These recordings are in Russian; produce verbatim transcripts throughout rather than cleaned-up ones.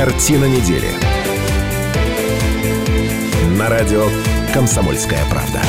Картина недели. На радио «Комсомольская правда».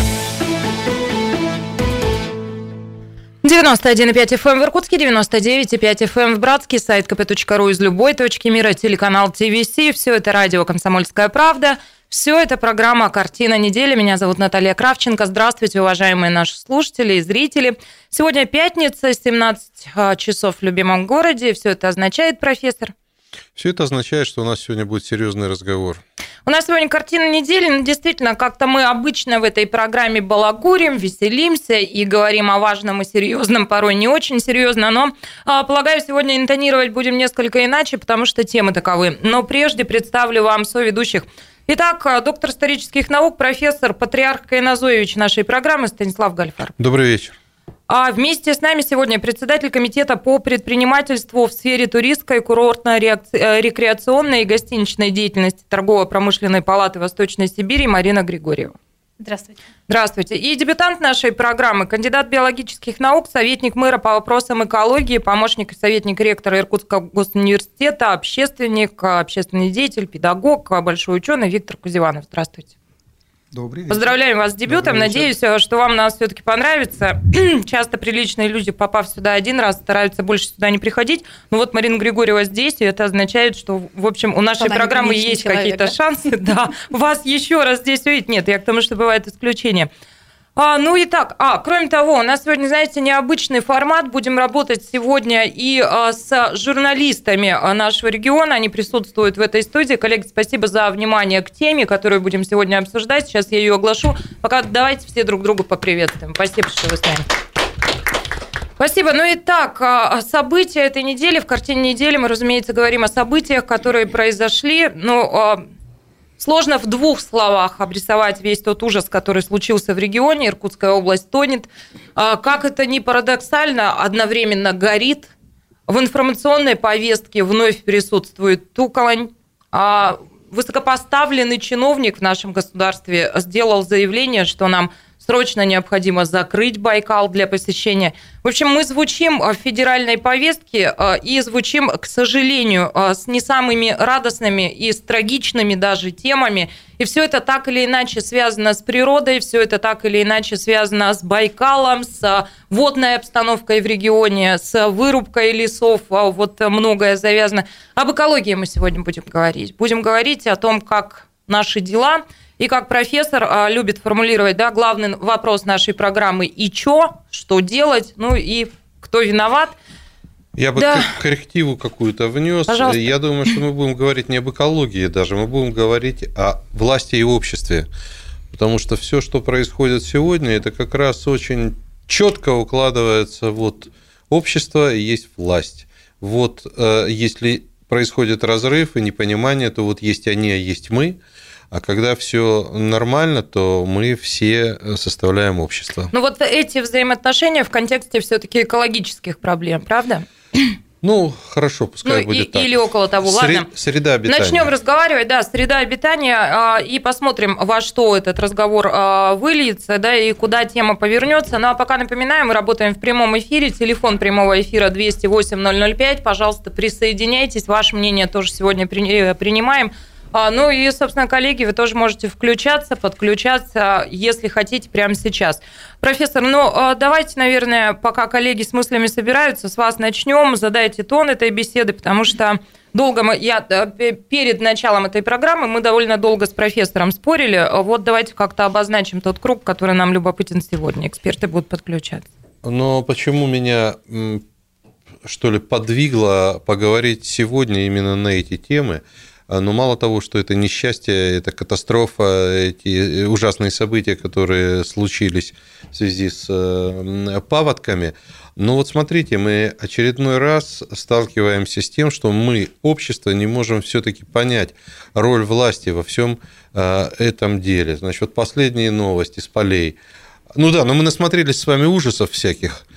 девяносто один и пять эф эм в Иркутске, девяносто девять и пять эф эм в Братске, сайт ка пэ точка ру из любой точки мира, телеканал ти ви си. Все это радио «Комсомольская правда». Все это программа «Картина недели». Меня зовут Наталья Кравченко. Здравствуйте, уважаемые наши слушатели и зрители. Сегодня пятница, семнадцать часов в любимом городе. Все это означает, профессор? Все это означает, что у нас сегодня будет серьезный разговор. У нас сегодня картина недели, но действительно, как-то мы обычно в этой программе балагурим, веселимся и говорим о важном и серьезном, порой не очень серьезно, но, полагаю, сегодня интонировать будем несколько иначе, потому что темы таковы. Но прежде представлю вам соведущих. Итак, доктор исторических наук, профессор, патриарх Кайназоевич нашей программы Станислав Гальфар. Добрый вечер. А вместе с нами сегодня председатель комитета по предпринимательству в сфере туристской, курортно-рекреационной и гостиничной деятельности Торгово-промышленной палаты Восточной Сибири Марина Григорьева. Здравствуйте. Здравствуйте. И дебютант нашей программы, кандидат биологических наук, советник мэра по вопросам экологии, помощник и советник ректора Иркутского госуниверситета, общественник, общественный деятель, педагог, большой ученый Виктор Кузеванов. Здравствуйте. Добрый вечер. Поздравляем вас с дебютом. Надеюсь, что вам нас все-таки понравится. Часто приличные люди, попав сюда один раз, стараются больше сюда не приходить. Но вот Марина Григорьева здесь, и это означает, что, в общем, у нашей Она программы есть человек, какие-то да? шансы. Да, вас еще раз здесь увидеть. Нет, я к тому, что бывают исключения. А, ну и так, а, кроме того, у нас сегодня, знаете, необычный формат. Будем работать сегодня и а, с журналистами нашего региона. Они присутствуют в этой студии. Коллеги, спасибо за внимание к теме, которую будем сегодня обсуждать. Сейчас я ее оглашу. Пока давайте все друг друга поприветствуем. Спасибо, что вы с нами. Спасибо. Ну и так, события этой недели. В картине недели мы, разумеется, говорим о событиях, которые произошли. Ну, сложно в двух словах обрисовать весь тот ужас, который случился в регионе. Иркутская область тонет. Как это ни парадоксально, одновременно горит. В информационной повестке вновь присутствует Туколань. Высокопоставленный чиновник в нашем государстве сделал заявление, что нам срочно необходимо закрыть Байкал для посещения. В общем, мы звучим в федеральной повестке и звучим, к сожалению, с не самыми радостными и с трагичными даже темами. И все это так или иначе связано с природой, все это так или иначе связано с Байкалом, с водной обстановкой в регионе, с вырубкой лесов. Вот многое завязано. Об экологии мы сегодня будем говорить. Будем говорить о том, как наши дела. И как профессор любит формулировать, да, главный вопрос нашей программы: и чё, что делать, ну и кто виноват. Я бы да. коррективу какую-то внес. Пожалуйста. Я думаю, что мы будем говорить не об экологии даже, мы будем говорить о власти и обществе. Потому что все, что происходит сегодня, это как раз очень четко укладывается: вот общество и есть власть. Вот если происходит разрыв и непонимание, то вот есть они, а есть мы. А когда все нормально, то мы все составляем общество. Ну вот эти взаимоотношения в контексте все-таки экологических проблем, правда? Ну, хорошо, пускай ну, будет и, так. Или около того, Сре- ладно. Среда обитания. Начнем разговаривать, да, среда обитания, и посмотрим, во что этот разговор выльется, да, и куда тема повернется. Ну, а пока напоминаю, мы работаем в прямом эфире, телефон прямого эфира двести восемь ноль ноль пять, пожалуйста, присоединяйтесь, ваше мнение тоже сегодня принимаем. Ну и, собственно, коллеги, вы тоже можете включаться, подключаться, если хотите, прямо сейчас. Профессор, ну давайте, наверное, пока коллеги с мыслями собираются, с вас начнем, задайте тон этой беседы, потому что долго мы, я перед началом этой программы мы довольно долго с профессором спорили. Вот давайте как-то обозначим тот круг, который нам любопытен сегодня. Эксперты будут подключаться. Но почему меня, что ли, подвигло поговорить сегодня именно на эти темы? Но мало того, что это несчастье, это катастрофа, эти ужасные события, которые случились в связи с паводками. Но вот смотрите, мы очередной раз сталкиваемся с тем, что мы, общество, не можем все-таки понять роль власти во всем этом деле. Значит, вот последние новости с полей. Ну да, но мы насмотрелись с вами ужасов всяких.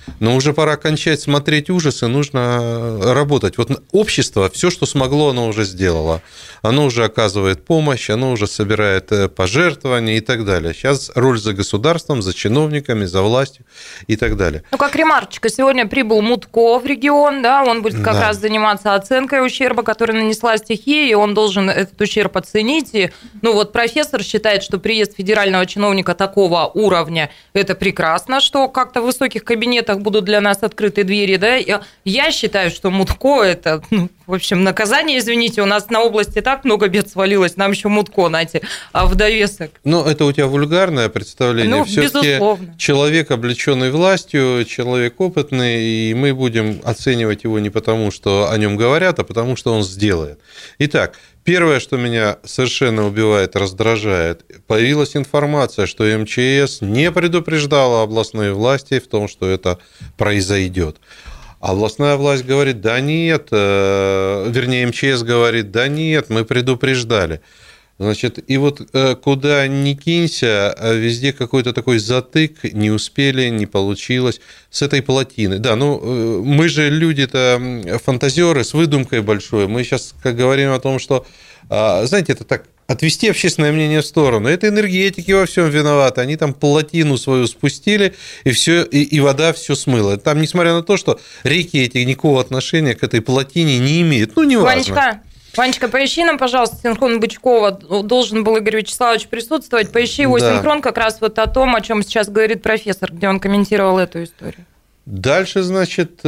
Но уже пора кончать смотреть ужасы, нужно работать. Вот общество, все, что смогло, оно уже сделало. Оно уже оказывает помощь, оно уже собирает пожертвования и так далее. Сейчас роль за государством, за чиновниками, за властью и так далее. Ну, как ремарочка, сегодня прибыл Мутко в регион, да, он будет как да. раз заниматься оценкой ущерба, который нанесла стихия, и он должен этот ущерб оценить. И, ну, вот профессор считает, что приезд федерального чиновника такого уровня – это прекрасно, что как-то в высоких кабинетах будут для нас открыты двери, да. Я считаю, что Мутко – это, ну, в общем, наказание, извините, у нас на области так много бед свалилось, нам еще Мутко, знаете, а в довесок. Ну, это у тебя вульгарное представление. Ну, Все-таки безусловно. Человек, облеченный властью, человек опытный, и мы будем оценивать его не потому, что о нем говорят, а потому, что он сделает. Итак, первое, что меня совершенно убивает, раздражает, появилась информация, что эм че эс не предупреждала областные власти в том, что это произойдет. Областная власть говорит, да нет, вернее, эм че эс говорит, да нет, мы предупреждали. Значит, и вот куда ни кинься, везде какой-то такой затык, не успели, не получилось с этой плотины. Да, ну мы же люди-то фантазеры с выдумкой большой. Мы сейчас как говорим о том, что, знаете, это так, отвести общественное мнение в сторону. Это энергетики во всем виноваты. Они там плотину свою спустили, и, все, и, и вода все смыла. Там, несмотря на то, что реки эти никакого отношения к этой плотине не имеют. Ну, не важно. Ванечка, Ванечка, поищи нам, пожалуйста, синхрон Бычкова. Должен был Игорь Вячеславович присутствовать. Поищи его да. синхрон как раз вот о том, о чем сейчас говорит профессор, где он комментировал эту историю. Дальше, значит,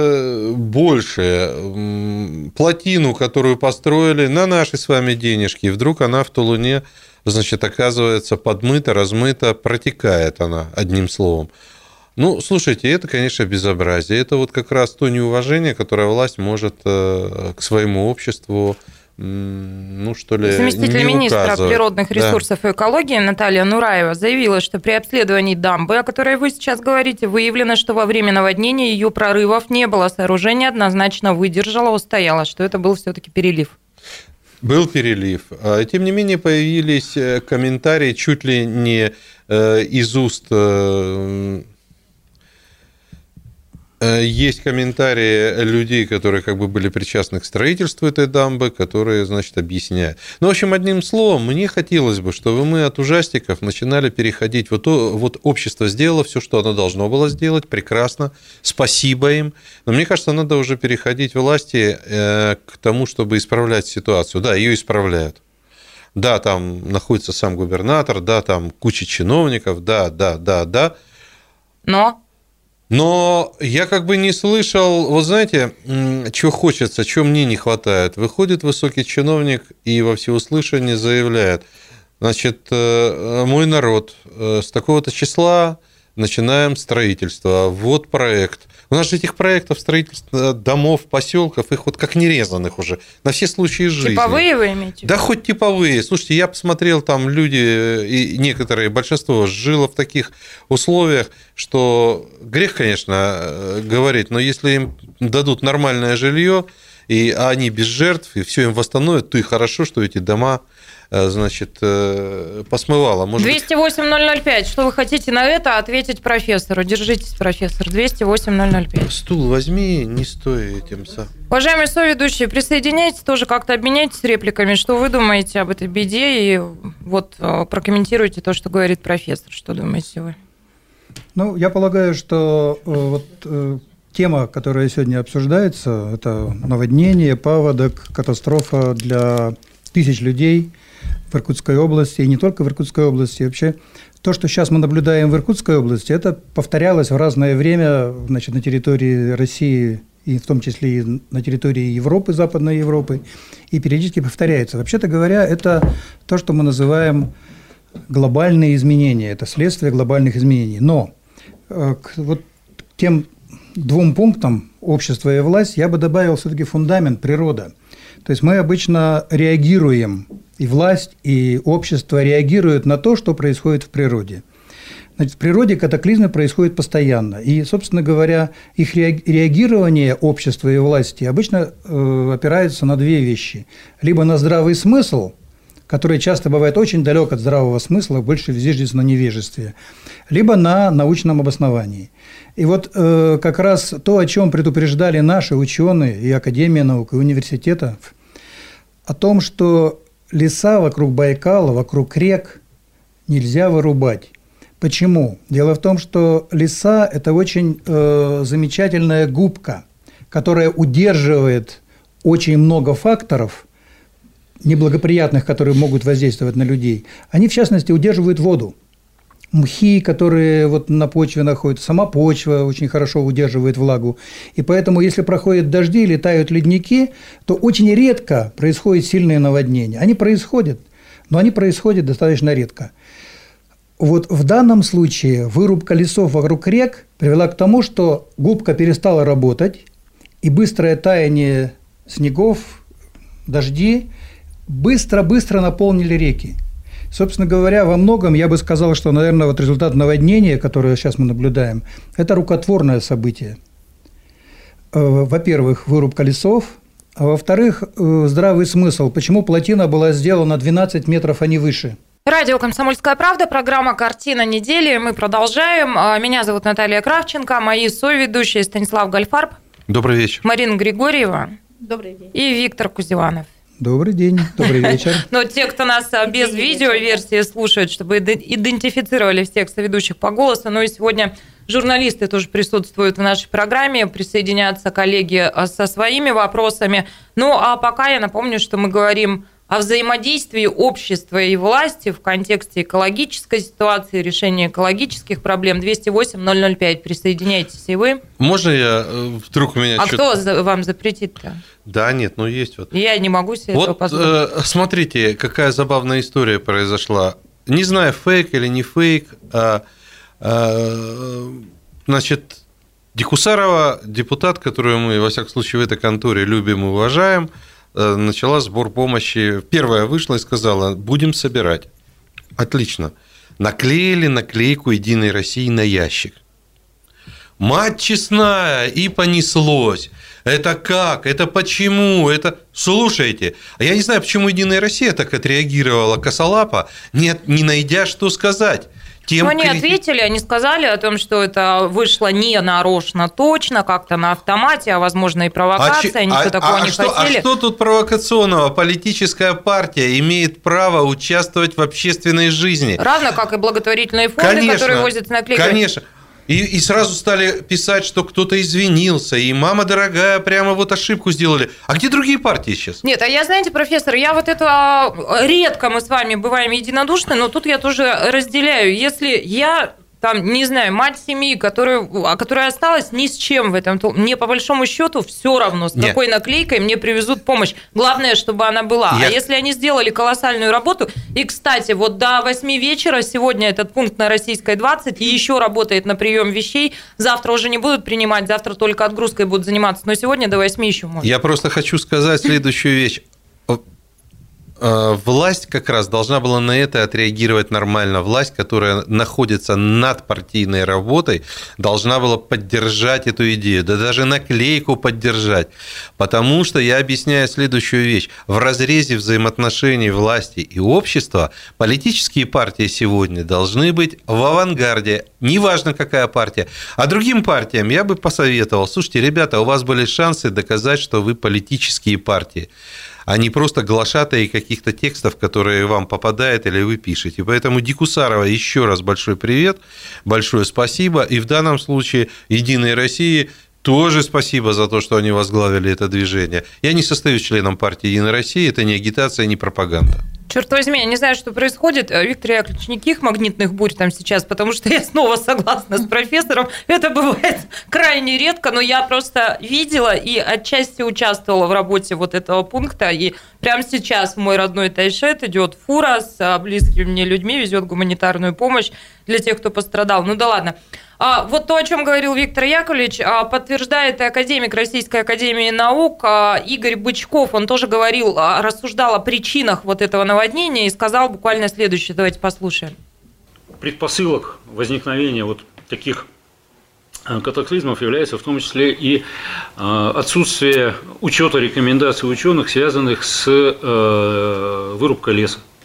больше. Плотину, которую построили на наши с вами денежки, вдруг она в Тулуне, значит, оказывается подмыта, размыта, протекает она, одним словом. Ну, слушайте, это, конечно, безобразие. Это вот как раз то неуважение, которое власть может к своему обществу, ну, что ли, Заместитель не министра указывать. природных ресурсов да. и экологии Наталья Нураева заявила, что при обследовании дамбы, о которой вы сейчас говорите, выявлено, что во время наводнения ее прорывов не было. Сооружение однозначно выдержало, устояло, что это был все-таки перелив. Был перелив. Тем не менее, появились комментарии чуть ли не из уст... Есть комментарии людей, которые как бы были причастны к строительству этой дамбы, которые, значит, объясняют. Ну, в общем, одним словом, мне хотелось бы, чтобы мы от ужастиков начинали переходить. Вот, вот общество сделало все, что оно должно было сделать, прекрасно, спасибо им. Но мне кажется, надо уже переходить власти к тому, чтобы исправлять ситуацию. Да, ее исправляют. Да, там находится сам губернатор, да, там куча чиновников, да, да, да, да. Но... Но я как бы не слышал, вот знаете, чего хочется, чего мне не хватает. Выходит высокий чиновник и во всеуслышание заявляет, значит, мой народ, с такого-то числа начинаем строительство, вот проект. У нас же этих проектов строительства домов, поселков, их вот как нерезанных уже, на все случаи жизни. Типовые вы имеете? Да хоть типовые. Слушайте, я посмотрел, там люди, и некоторые, большинство жило в таких условиях, что грех, конечно, говорить, но если им дадут нормальное жилье, и они без жертв, и все им восстановят, то и хорошо, что эти дома, значит, посмывало. Может двести восемь ноль ноль пять. Что вы хотите на это ответить профессору? Держитесь, профессор. двести восемь ноль ноль пять. Стул возьми, не стой этим сам. Уважаемые соведущие, присоединяйтесь, тоже как-то обменяйтесь репликами. Что вы думаете об этой беде? И вот прокомментируйте то, что говорит профессор. Что думаете вы? Ну, я полагаю, что вот тема, которая сегодня обсуждается, это наводнение, паводок, катастрофа для тысяч людей в Иркутской области, и не только в Иркутской области. Вообще, то, что сейчас мы наблюдаем в Иркутской области, это повторялось в разное время, значит, на территории России, и в том числе и на территории Европы, Западной Европы, и периодически повторяется. Вообще-то говоря, это то, что мы называем глобальные изменения, это следствие глобальных изменений. Но к вот тем двум пунктам общество и власть я бы добавил все-таки фундамент, природа. То есть мы обычно реагируем, и власть, и общество реагируют на то, что происходит в природе. Значит, в природе катаклизмы происходят постоянно. И, собственно говоря, их реагирование общества и власти обычно э, опирается на две вещи. Либо на здравый смысл, которое часто бывает очень далек от здравого смысла, больше зиждется на невежестве, либо на научном обосновании. И вот э, как раз то, о чем предупреждали наши ученые и Академия наук, и университетов, о том, что леса вокруг Байкала, вокруг рек нельзя вырубать. Почему? Дело в том, что леса – это очень э, замечательная губка, которая удерживает очень много факторов неблагоприятных, которые могут воздействовать на людей. Они, в частности, удерживают воду. Мхи, которые вот на почве находятся, сама почва очень хорошо удерживает влагу. И поэтому, если проходят дожди, летают ледники, то очень редко происходят сильные наводнения. Они происходят, но они происходят достаточно редко. Вот в данном случае вырубка лесов вокруг рек привела к тому, что губка перестала работать, и быстрое таяние снегов, дожди быстро-быстро наполнили реки. Собственно говоря, во многом я бы сказал, что, наверное, вот результат наводнения, которое сейчас мы наблюдаем, это рукотворное событие. Во-первых, вырубка лесов, а во-вторых, здравый смысл. Почему плотина была сделана двенадцать метров, а не выше? Радио «Комсомольская правда», программа «Картина недели». Мы продолжаем. Меня зовут Наталья Кравченко, мои соведущие Станислав Гальфарб. Добрый вечер. Марина Григорьева. Добрый день. И Виктор Кузеванов. Добрый день, добрый вечер. Но те, кто нас без видеоверсии слушает, чтобы идентифицировали всех соведущих по голосу, ну и сегодня журналисты тоже присутствуют в нашей программе, присоединятся коллеги со своими вопросами. Ну а пока я напомню, что мы говорим о взаимодействии общества и власти в контексте экологической ситуации, решения экологических проблем. двести восемь ноль ноль пять. Присоединяйтесь и вы. Можно я вдруг у меня А что-то... кто вам запретит-то? Да, нет, ну есть вот. Я не могу себе вот, этого позволить. Э, смотрите, какая забавная история произошла. Не знаю, фейк или не фейк, а, а, значит, Дикусарова, депутат, которую мы, во всяком случае, в этой конторе любим и уважаем, начала сбор помощи. Первая вышла и сказала: будем собирать. Отлично. Наклеили наклейку «Единой России» на ящик. Мать честная, и понеслось. Это как? Это почему? Это... Слушайте, а я не знаю, почему «Единая Россия» так отреагировала косолапо, не, не найдя, что сказать. Тем Но они ответили, они сказали о том, что это вышло не нарочно точно, как-то на автомате, а, возможно, и провокация, а, ничего а, такого а не что, хотели. А что тут провокационного? Политическая партия имеет право участвовать в общественной жизни. Равно как и благотворительные фонды, конечно, которые возят наклейки. Конечно. И, и сразу стали писать, что кто-то извинился, и мама дорогая, прямо вот ошибку сделали. А где другие партии сейчас? Нет, а я, знаете, профессор, я вот это редко мы с вами бываем единодушны, но тут я тоже разделяю. Если я... там, не знаю, мать семьи, которая, которая осталась ни с чем в этом. Мне, по большому счету, все равно, с Нет. какой наклейкой мне привезут помощь. Главное, чтобы она была. Я... А если они сделали колоссальную работу, и, кстати, вот до восьми вечера сегодня этот пункт на Российской двадцать еще работает на прием вещей, завтра уже не будут принимать, завтра только отгрузкой будут заниматься, но сегодня до восьми еще можно. Я просто хочу сказать следующую вещь. Власть как раз должна была на это отреагировать нормально. Власть, которая находится над партийной работой, должна была поддержать эту идею, да даже наклейку поддержать. Потому что я объясняю следующую вещь. В разрезе взаимоотношений власти и общества политические партии сегодня должны быть в авангарде. Неважно, какая партия. А другим партиям я бы посоветовал: слушайте, ребята, у вас были шансы доказать, что вы политические партии, а не просто глашатаи каких-то текстов, которые вам попадают или вы пишете. Поэтому Дикусарова еще раз большой привет, большое спасибо. И в данном случае «Единой России» тоже спасибо за то, что они возглавили это движение. Я не состою членом партии «Единой России», это не агитация, не пропаганда. Черт возьми, я не знаю, что происходит. Виктор Яковлевич, никаких магнитных бурь там сейчас, потому что я снова согласна с профессором. Это бывает крайне редко, но я просто видела и отчасти участвовала в работе вот этого пункта. И прямо сейчас в мой родной Тайшет идет фура с близкими мне людьми, везет гуманитарную помощь для тех, кто пострадал. Ну да ладно. А вот то, о чем говорил Виктор Яковлевич, подтверждает и академик Российской академии наук Игорь Бычков. Он тоже говорил, рассуждал о причинах вот этого наводнения и сказал буквально следующее. Давайте послушаем. Предпосылок возникновения вот таких катаклизмов является в том числе и отсутствие учета рекомендаций ученых, связанных с вырубкой леса.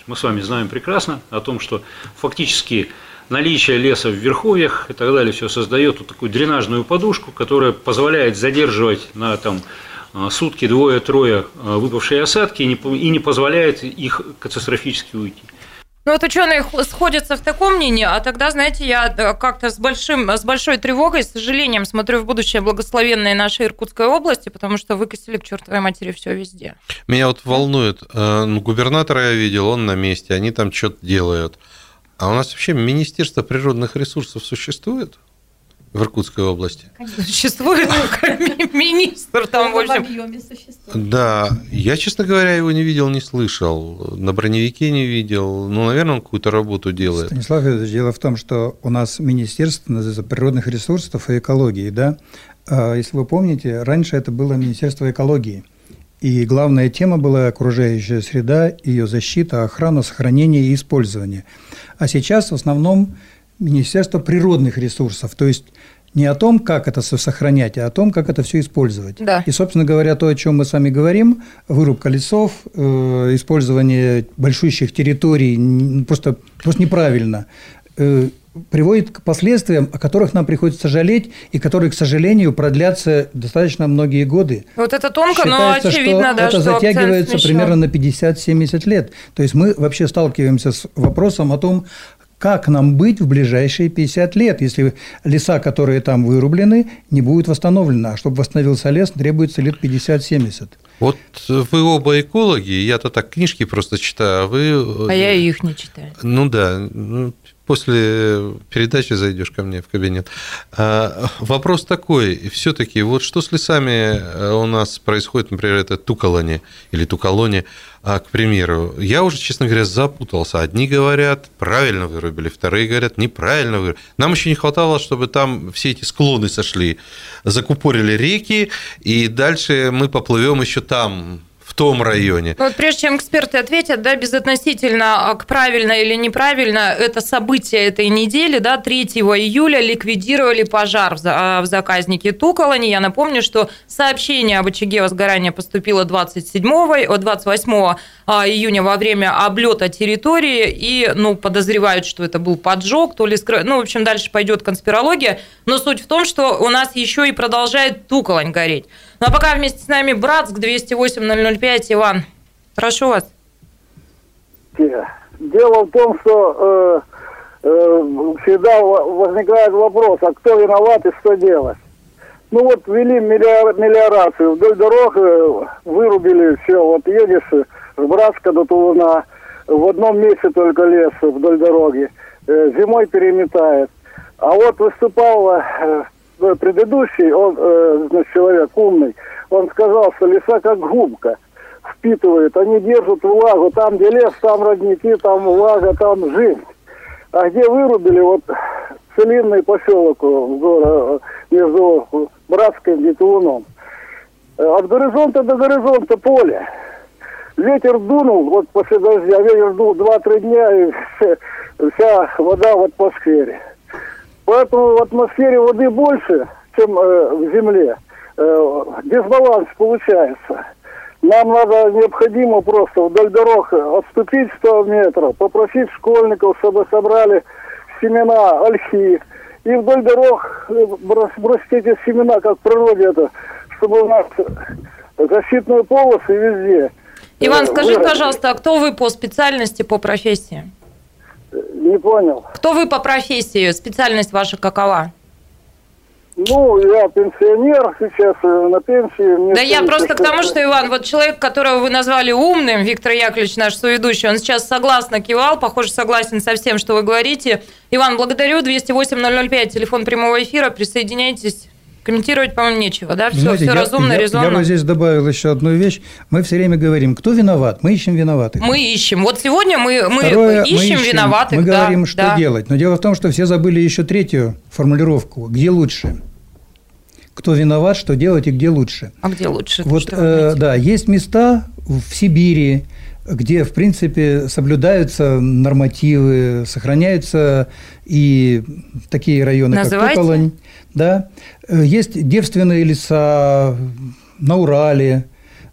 Мы с вами знаем прекрасно о том, что фактически наличие леса в верховьях и так далее все создает вот такую дренажную подушку, которая позволяет задерживать на там, сутки двое-трое выпавшие осадки и не позволяет их катастрофически уйти. Ну вот ученые сходятся в таком мнении, а тогда, знаете, я как-то с, большим, с большой тревогой, с сожалением смотрю в будущее благословенной нашей Иркутской области, потому что выкосили к чертовой матери все везде. Меня вот волнует, ну, губернатора я видел, он на месте, они там что-то делают. А у нас вообще Министерство природных ресурсов существует в Иркутской области? Конечно. Существует министр там, в общем. Да, я, честно говоря, его не видел, не слышал. На броневике не видел. Ну, наверное, он какую-то работу делает. Станислав Федорович, дело в том, что у нас Министерство называется природных ресурсов и экологии, да? Если вы помните, раньше это было Министерство экологии. И главная тема была окружающая среда, ее защита, охрана, сохранение и использование. А сейчас в основном Министерство природных ресурсов, то есть не о том, как это все сохранять, а о том, как это все использовать. Да. И, собственно говоря, то, о чем мы с вами говорим, вырубка лесов, э, использование большущих территорий просто, просто неправильно, э, приводит к последствиям, о которых нам приходится жалеть, и которые, к сожалению, продлятся достаточно многие годы. Вот это тонко, Считается, но очевидно, что да, это что затягивается примерно на пятьдесят-семьдесят лет. То есть мы вообще сталкиваемся с вопросом о том, как нам быть в ближайшие пятьдесят лет, если леса, которые там вырублены, не будут восстановлены. А чтобы восстановился лес, требуется лет пятьдесят-семьдесят. Вот вы оба экологи, я-то так книжки просто читаю, а вы… А я их не читаю. Ну да, после передачи зайдешь ко мне в кабинет. Вопрос такой, все-таки, вот что с лесами у нас происходит, например, это Туколони или Туколони, к примеру. Я уже, честно говоря, запутался. Одни говорят, правильно вырубили, вторые говорят, неправильно вырубили. Нам еще не хватало, чтобы там все эти склоны сошли, закупорили реки, и дальше мы поплывем еще там, в том районе. Вот прежде чем эксперты ответят, да, безотносительно к правильно или неправильно, это событие этой недели, да, третьего июля ликвидировали пожар в заказнике Туколони. Я напомню, что сообщение об очаге возгорания поступило двадцать седьмого, двадцать восьмого июня во время облета территории, и, ну, подозревают, что это был поджог, то ли скры... ну, в общем, дальше пойдет конспирология, но суть в том, что у нас еще и продолжает Туколонь гореть. Ну, а пока вместе с нами Братск, двести восемь ноль ноль пять. Иван, прошу вас. Дело в том, что э, э, всегда возникает вопрос, а кто виноват и что делать. Ну вот ввели мелиорацию, вдоль дорог э, вырубили все, вот едешь с Братска до Тулуна, в одном месте только лес вдоль дороги, э, зимой переметает. А вот выступал э, предыдущий, он, э, значит, человек умный, он сказал, что леса как губка впитывают, они держат влагу, там где лес, там родники, там влага, там жизнь. А где вырубили, вот целинный поселок в город, между Братском и Тулуном, от горизонта до горизонта поле. Ветер дунул, вот после дождя, ветер дул два-три дня, и вся вода в атмосфере. Поэтому в атмосфере воды больше, чем э, в земле. Э, дисбаланс получается. Нам надо необходимо просто вдоль дорог отступить сто метров, попросить школьников, чтобы собрали семена ольхи. И вдоль дорог бросить эти семена, как в природе это, чтобы у нас защитные полосы везде. Иван, скажите, пожалуйста, а кто вы по специальности, по профессии? Не понял. Кто вы по профессии? Специальность ваша какова? Ну, я пенсионер сейчас, на пенсии. Мне да я просто что... к тому, что, Иван, вот человек, которого вы назвали умным, Виктор Яковлевич, наш соведущий, он сейчас согласно кивал, похоже, согласен со всем, что вы говорите. Иван, благодарю. двести восемь ноль ноль пять, телефон прямого эфира, присоединяйтесь. Комментировать, по-моему, нечего, да? Все, знаете, все я, разумно, я, резонно. Я бы здесь добавил еще одну вещь. Мы все время говорим, кто виноват? Мы ищем виноватых. Мы ищем. Вот сегодня мы, мы, Второе, ищем, мы ищем виноватых. Мы да, говорим, что да. делать. Но дело в том, что все забыли еще третью формулировку. Где лучше? Кто виноват, что делать и где лучше? А где лучше? Вот, э, да, есть места в Сибири, где, в принципе, соблюдаются нормативы, сохраняются и такие районы, Называйте. как Туколонь. Да. Есть девственные леса на Урале,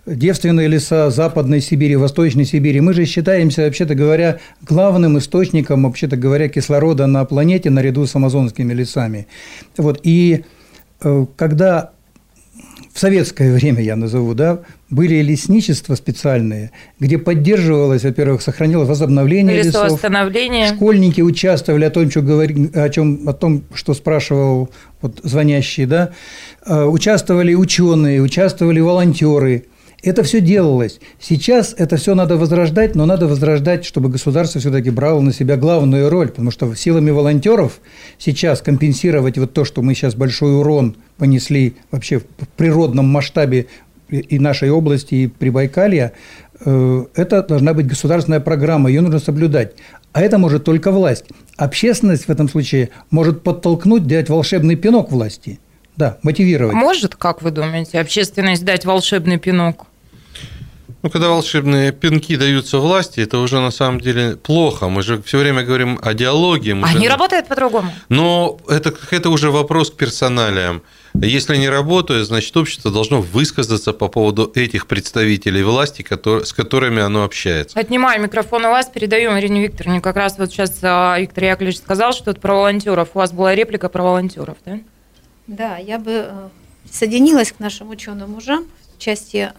девственные леса Западной Сибири, Восточной Сибири. Мы же считаемся, вообще-то говоря, главным источником, вообще-то говоря, кислорода на планете наряду с амазонскими лесами. Вот. И когда в советское время, я назову, да, были лесничества специальные, где поддерживалось, во-первых, сохранилось возобновление лесов. Школьники участвовали о том, что, говори, о, чем, о том, что спрашивал вот, звонящий, да, участвовали ученые, участвовали волонтеры. Это все делалось. Сейчас это все надо возрождать, но надо возрождать, чтобы государство все-таки брало на себя главную роль, потому что силами волонтеров сейчас компенсировать вот то, что мы сейчас большой урон понесли вообще в природном масштабе и нашей области, и Прибайкалья, это должна быть государственная программа, ее нужно соблюдать. А это может только власть. Общественность в этом случае может подтолкнуть, дать волшебный пинок власти. Да, мотивировать. Может, как вы думаете, общественность дать волшебный пинок? Ну, когда волшебные пинки даются власти, это уже на самом деле плохо. Мы же все время говорим о диалоге. Мы а же... не работает по-другому. Но это, это уже вопрос к персоналиям. Если не работает, значит, общество должно высказаться по поводу этих представителей власти, которые, с которыми оно общается. Отнимаю микрофон у вас, передаю Марине Викторовне. Как раз вот сейчас Виктор Яковлевич сказал что-то про волонтеров. У вас была реплика про волонтеров, да? Да, я бы присоединилась к нашим ученым мужам в части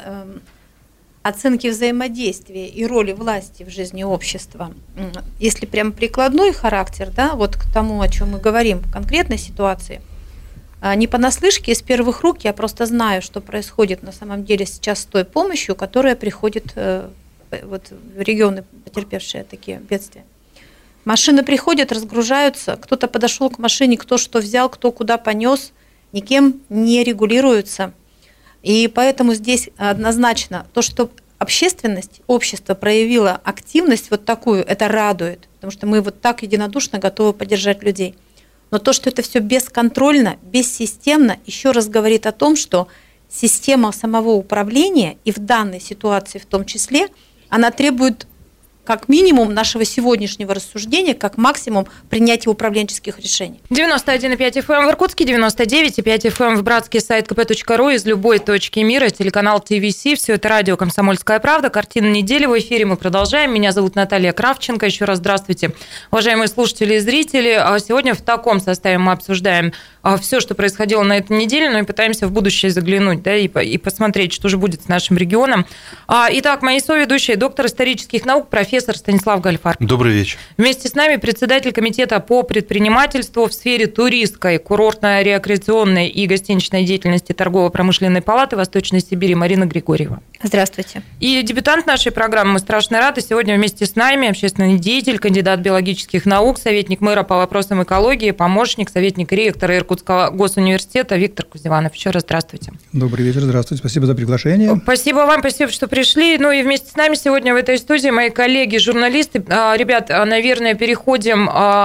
оценки взаимодействия и роли власти в жизни общества. Если прям прикладной характер, да, вот к тому, о чем мы говорим в конкретной ситуации, не понаслышке, из первых рук я просто знаю, что происходит на самом деле сейчас с той помощью, которая приходит вот, в регионы, потерпевшие такие бедствия. Машины приходят, разгружаются, кто-то подошел к машине, кто что взял, кто куда понес, никем не регулируется. И поэтому здесь однозначно то, что общественность, общество проявило активность вот такую, это радует, потому что мы вот так единодушно готовы поддержать людей. Но то, что это все бесконтрольно, бессистемно, еще раз говорит о том, что система самого управления, и в данной ситуации в том числе, она требует как минимум нашего сегодняшнего рассуждения, как максимум принятия управленческих решений. девяносто один и пять эф эм в Иркутске, девяносто девять и пять эф эм в Братске, сайт ка пэ точка ру, из любой точки мира, телеканал ти ви си, все это радио «Комсомольская правда», картина недели в эфире, мы продолжаем. Меня зовут Наталья Кравченко, еще раз здравствуйте, уважаемые слушатели и зрители. Сегодня в таком составе мы обсуждаем все, что происходило на этой неделе, но и пытаемся в будущее заглянуть, да, и, и посмотреть, что же будет с нашим регионом. Итак, мои соведущие, доктор исторических наук, профессор Станислав Гальфар. Добрый вечер. Вместе с нами председатель комитета по предпринимательству в сфере туристской, курортной, рекреационной и гостиничной деятельности Торгово-промышленной палаты Восточной Сибири Марина Григорьева. Здравствуйте. И дебютант нашей программы, мы страшно рады. Сегодня вместе с нами общественный деятель, кандидат биологических наук, советник мэра по вопросам экологии, помощник, советник ректора Иркутского госуниверситета Виктор Кузеванов. Еще раз здравствуйте. Добрый вечер, здравствуйте. Спасибо за приглашение. Спасибо вам, спасибо, что пришли. Ну и вместе с нами сегодня в этой студии мои коллеги, журналисты. Ребят, наверное, переходим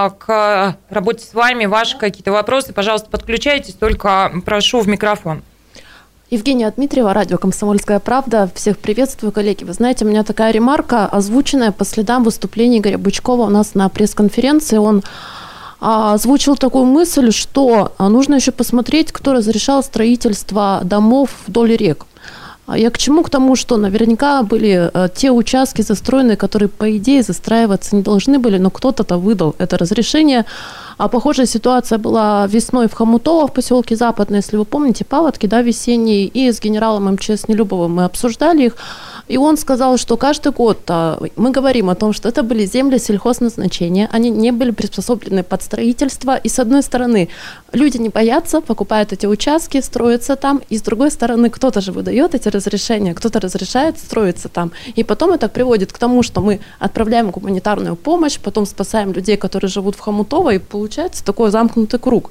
к работе с вами. Ваши какие-то вопросы, пожалуйста, подключайтесь, только прошу в микрофон. Евгения Дмитриева, радио «Комсомольская правда». Всех приветствую, коллеги. Вы знаете, у меня такая ремарка, озвученная по следам выступления Игоря Бычкова у нас на пресс-конференции. Он озвучил такую мысль, что нужно еще посмотреть, кто разрешал строительство домов вдоль рек. Я к чему? К тому, что наверняка были те участки застроенные, которые, по идее, застраиваться не должны были, но кто-то-то выдал это разрешение. А похожая ситуация была весной в Хомутово, в поселке Западное, если вы помните, паводки, да, весенние, и с генералом эм че эс Нелюбовым мы обсуждали их, и он сказал, что каждый год мы говорим о том, что это были земли сельхозназначения, они не были приспособлены под строительство, и с одной стороны люди не боятся, покупают эти участки, строятся там, и с другой стороны кто-то же выдает эти разрешения, кто-то разрешает строиться там, и потом это приводит к тому, что мы отправляем гуманитарную помощь, потом спасаем людей, которые живут в Хомутово, и получается такой замкнутый круг.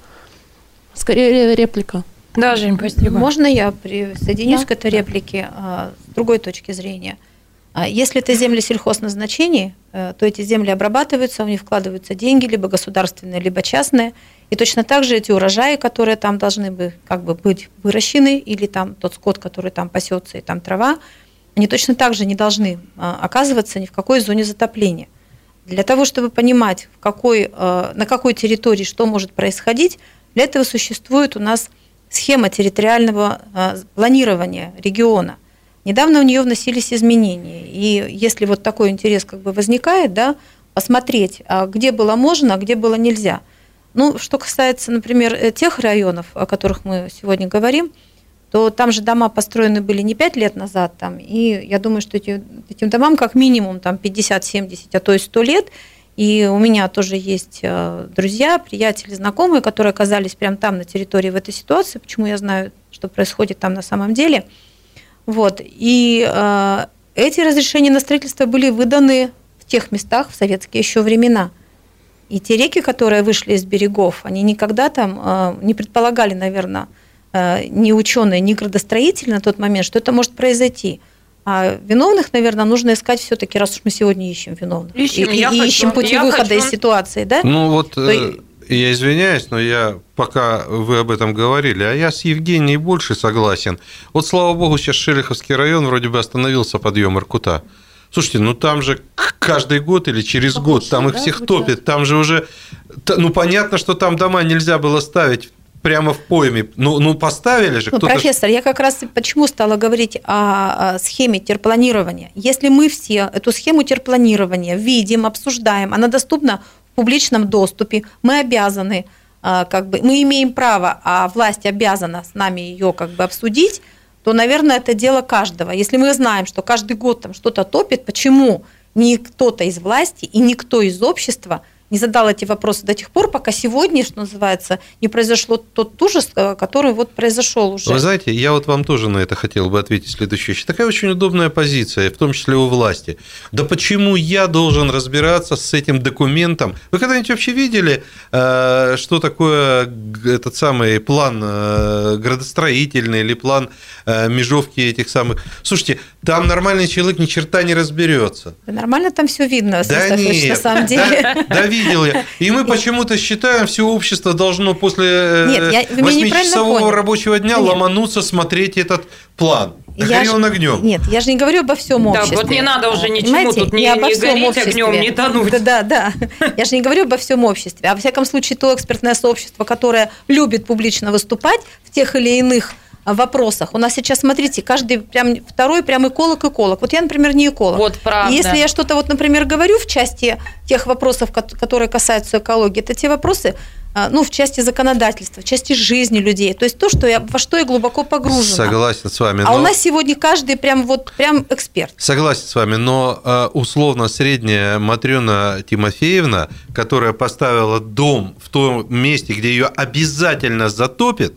Скорее реплика. Да, Жень, спасибо. Можно я присоединюсь да? к этой реплике да. с другой точки зрения? Если это земли сельхозназначений, то эти земли обрабатываются, в них вкладываются деньги, либо государственные, либо частные. И точно так же эти урожаи, которые там должны бы, как бы быть выращены, или там тот скот, который там пасется, и там трава, они точно так же не должны оказываться ни в какой зоне затопления. Для того, чтобы понимать, в какой, на какой территории что может происходить, для этого существует у нас схема территориального планирования региона. Недавно у нее вносились изменения. И если вот такой интерес как бы возникает, да, посмотреть, а где было можно, а где было нельзя. Ну, что касается, например, тех районов, о которых мы сегодня говорим, то там же дома построены были не пять лет назад, там, и я думаю, что эти, этим домам как минимум там, пятьдесят-семьдесят, а то и сто лет. И у меня тоже есть друзья, приятели, знакомые, которые оказались прямо там, на территории, в этой ситуации. Почему я знаю, что происходит там на самом деле. Вот. И э, эти разрешения на строительство были выданы в тех местах в советские еще времена. И те реки, которые вышли из берегов, они никогда там э, не предполагали, наверное, э, ни ученые, ни градостроители на тот момент, что это может произойти. А виновных, наверное, нужно искать все-таки, раз уж мы сегодня ищем виновных. Ищем, и, и хочу, ищем пути выхода хочу. из ситуации, да? Ну вот, то... я извиняюсь, но я, пока вы об этом говорили, а я с Евгенией больше согласен. Вот, слава богу, сейчас Шелиховский район вроде бы остановился подъем Иркута. Слушайте, ну там же каждый год или через Похоже, год, там их да, всех будет топит, там же уже, ну понятно, что там дома нельзя было ставить прямо в пойме. Ну, ну поставили же. Ну, профессор, я как раз почему стала говорить о схеме терпланирования. Если мы все эту схему терпланирования видим, обсуждаем, она доступна в публичном доступе, мы обязаны, как бы, мы имеем право, а власть обязана с нами ее как бы обсудить, то, наверное, это дело каждого. Если мы знаем, что каждый год там что-то топит, почему ни кто-то из власти и никто из общества не задал эти вопросы до тех пор, пока сегодня, что называется, не произошло тот ужас, который вот произошел уже. Вы знаете, я вот вам тоже на это хотел бы ответить следующее. Такая очень удобная позиция, в том числе у власти. Да почему я должен разбираться с этим документом? Вы когда-нибудь вообще видели, что такое этот самый план градостроительный или план межовки этих самых? Слушайте, там нормальный человек ни черта не разберется. Да нормально там все видно, да нет, на самом деле. Да, да видел я. И мы почему-то считаем, все общество должно после нет, я, восьмичасового рабочего дня да ломануться смотреть этот план. Я ж, огнем. Нет, я же не говорю обо всем обществе. Да, вот не надо уже ничему Понимаете? тут не, не, не гореть обществе. огнем, не тонуть. Да, да, да. Я же не говорю обо всем обществе. А во всяком случае, то экспертное сообщество, которое любит публично выступать в тех или иных вопросах. У нас сейчас, смотрите, каждый прям второй прям эколог, эколог. Вот я, например, не эколог. Вот правда. И если я что-то, вот, например, говорю в части тех вопросов, которые касаются экологии, это те вопросы, ну, в части законодательства, в части жизни людей. То есть то, что я, во что я глубоко погружена. Согласен с вами. А но... у нас сегодня каждый прям вот прям эксперт. Согласен с вами, но условно средняя Матрёна Тимофеевна, которая поставила дом в том месте, где ее обязательно затопит,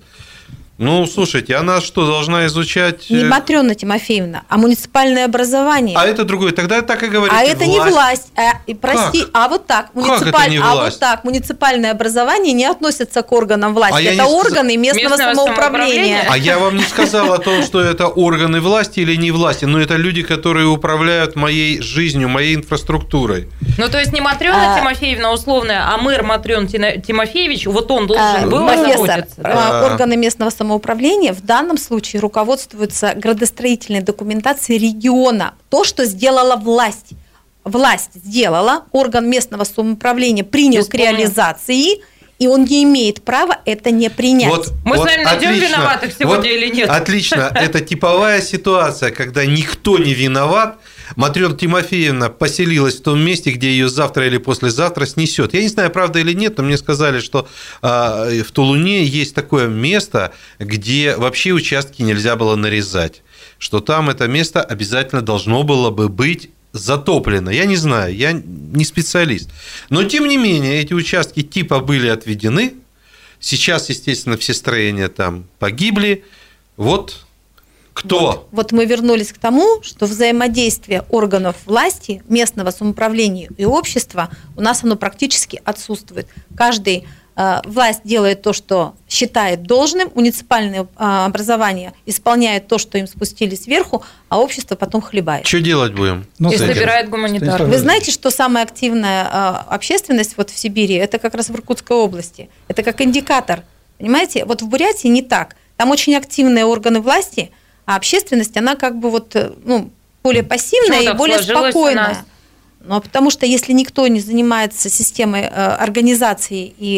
ну, слушайте, она что, должна изучать... Не Матрёна Тимофеевна, а муниципальное образование. А это другое, тогда так и говорите. А это власть. не власть, а, и, прости, как? а вот так, муниципаль... как это не власть? А вот так, муниципальное образование не относится к органам власти, а это органы не... местного, местного самоуправления. А я вам не сказал о том, что это органы власти или не власти, но это люди, которые управляют моей жизнью, моей инфраструктурой. Ну, то есть не Матрёна а... Тимофеевна условная, а мэр Матрён Тимофеевич, вот он должен а, был заботиться. Да? Органы местного самоуправления самоуправления в данном случае руководствуются градостроительной документацией региона. То, что сделала власть. Власть сделала, орган местного самоуправления принял к реализации, и он не имеет права это не принять. Вот, Мы вот с вами найдем отлично. виноватых сегодня вот или нет? Отлично. Это типовая ситуация, когда никто не виноват. Матрёна Тимофеевна поселилась в том месте, где ее завтра или послезавтра снесет. Я не знаю, правда или нет, но мне сказали, что в Тулуне есть такое место, где вообще участки нельзя было нарезать, что там это место обязательно должно было бы быть затоплено. Я не знаю, я не специалист. Но, тем не менее, эти участки типа были отведены. Сейчас, естественно, все строения там погибли. Вот кто? Вот, вот мы вернулись к тому, что взаимодействие органов власти, местного самоуправления и общества у нас оно практически отсутствует. Каждый э, власть делает то, что считает должным, муниципальное э, образование исполняет то, что им спустили сверху, а общество потом хлебает. Что делать будем? Ну, и собирает гуманитарных. Вы знаете, что самая активная э, общественность вот в Сибири, это как раз в Иркутской области. Это как индикатор. Понимаете, вот в Бурятии не так. Там очень активные органы власти, а общественность, она как бы вот, ну, более пассивная и более спокойная. Но потому что если никто не занимается системой организации и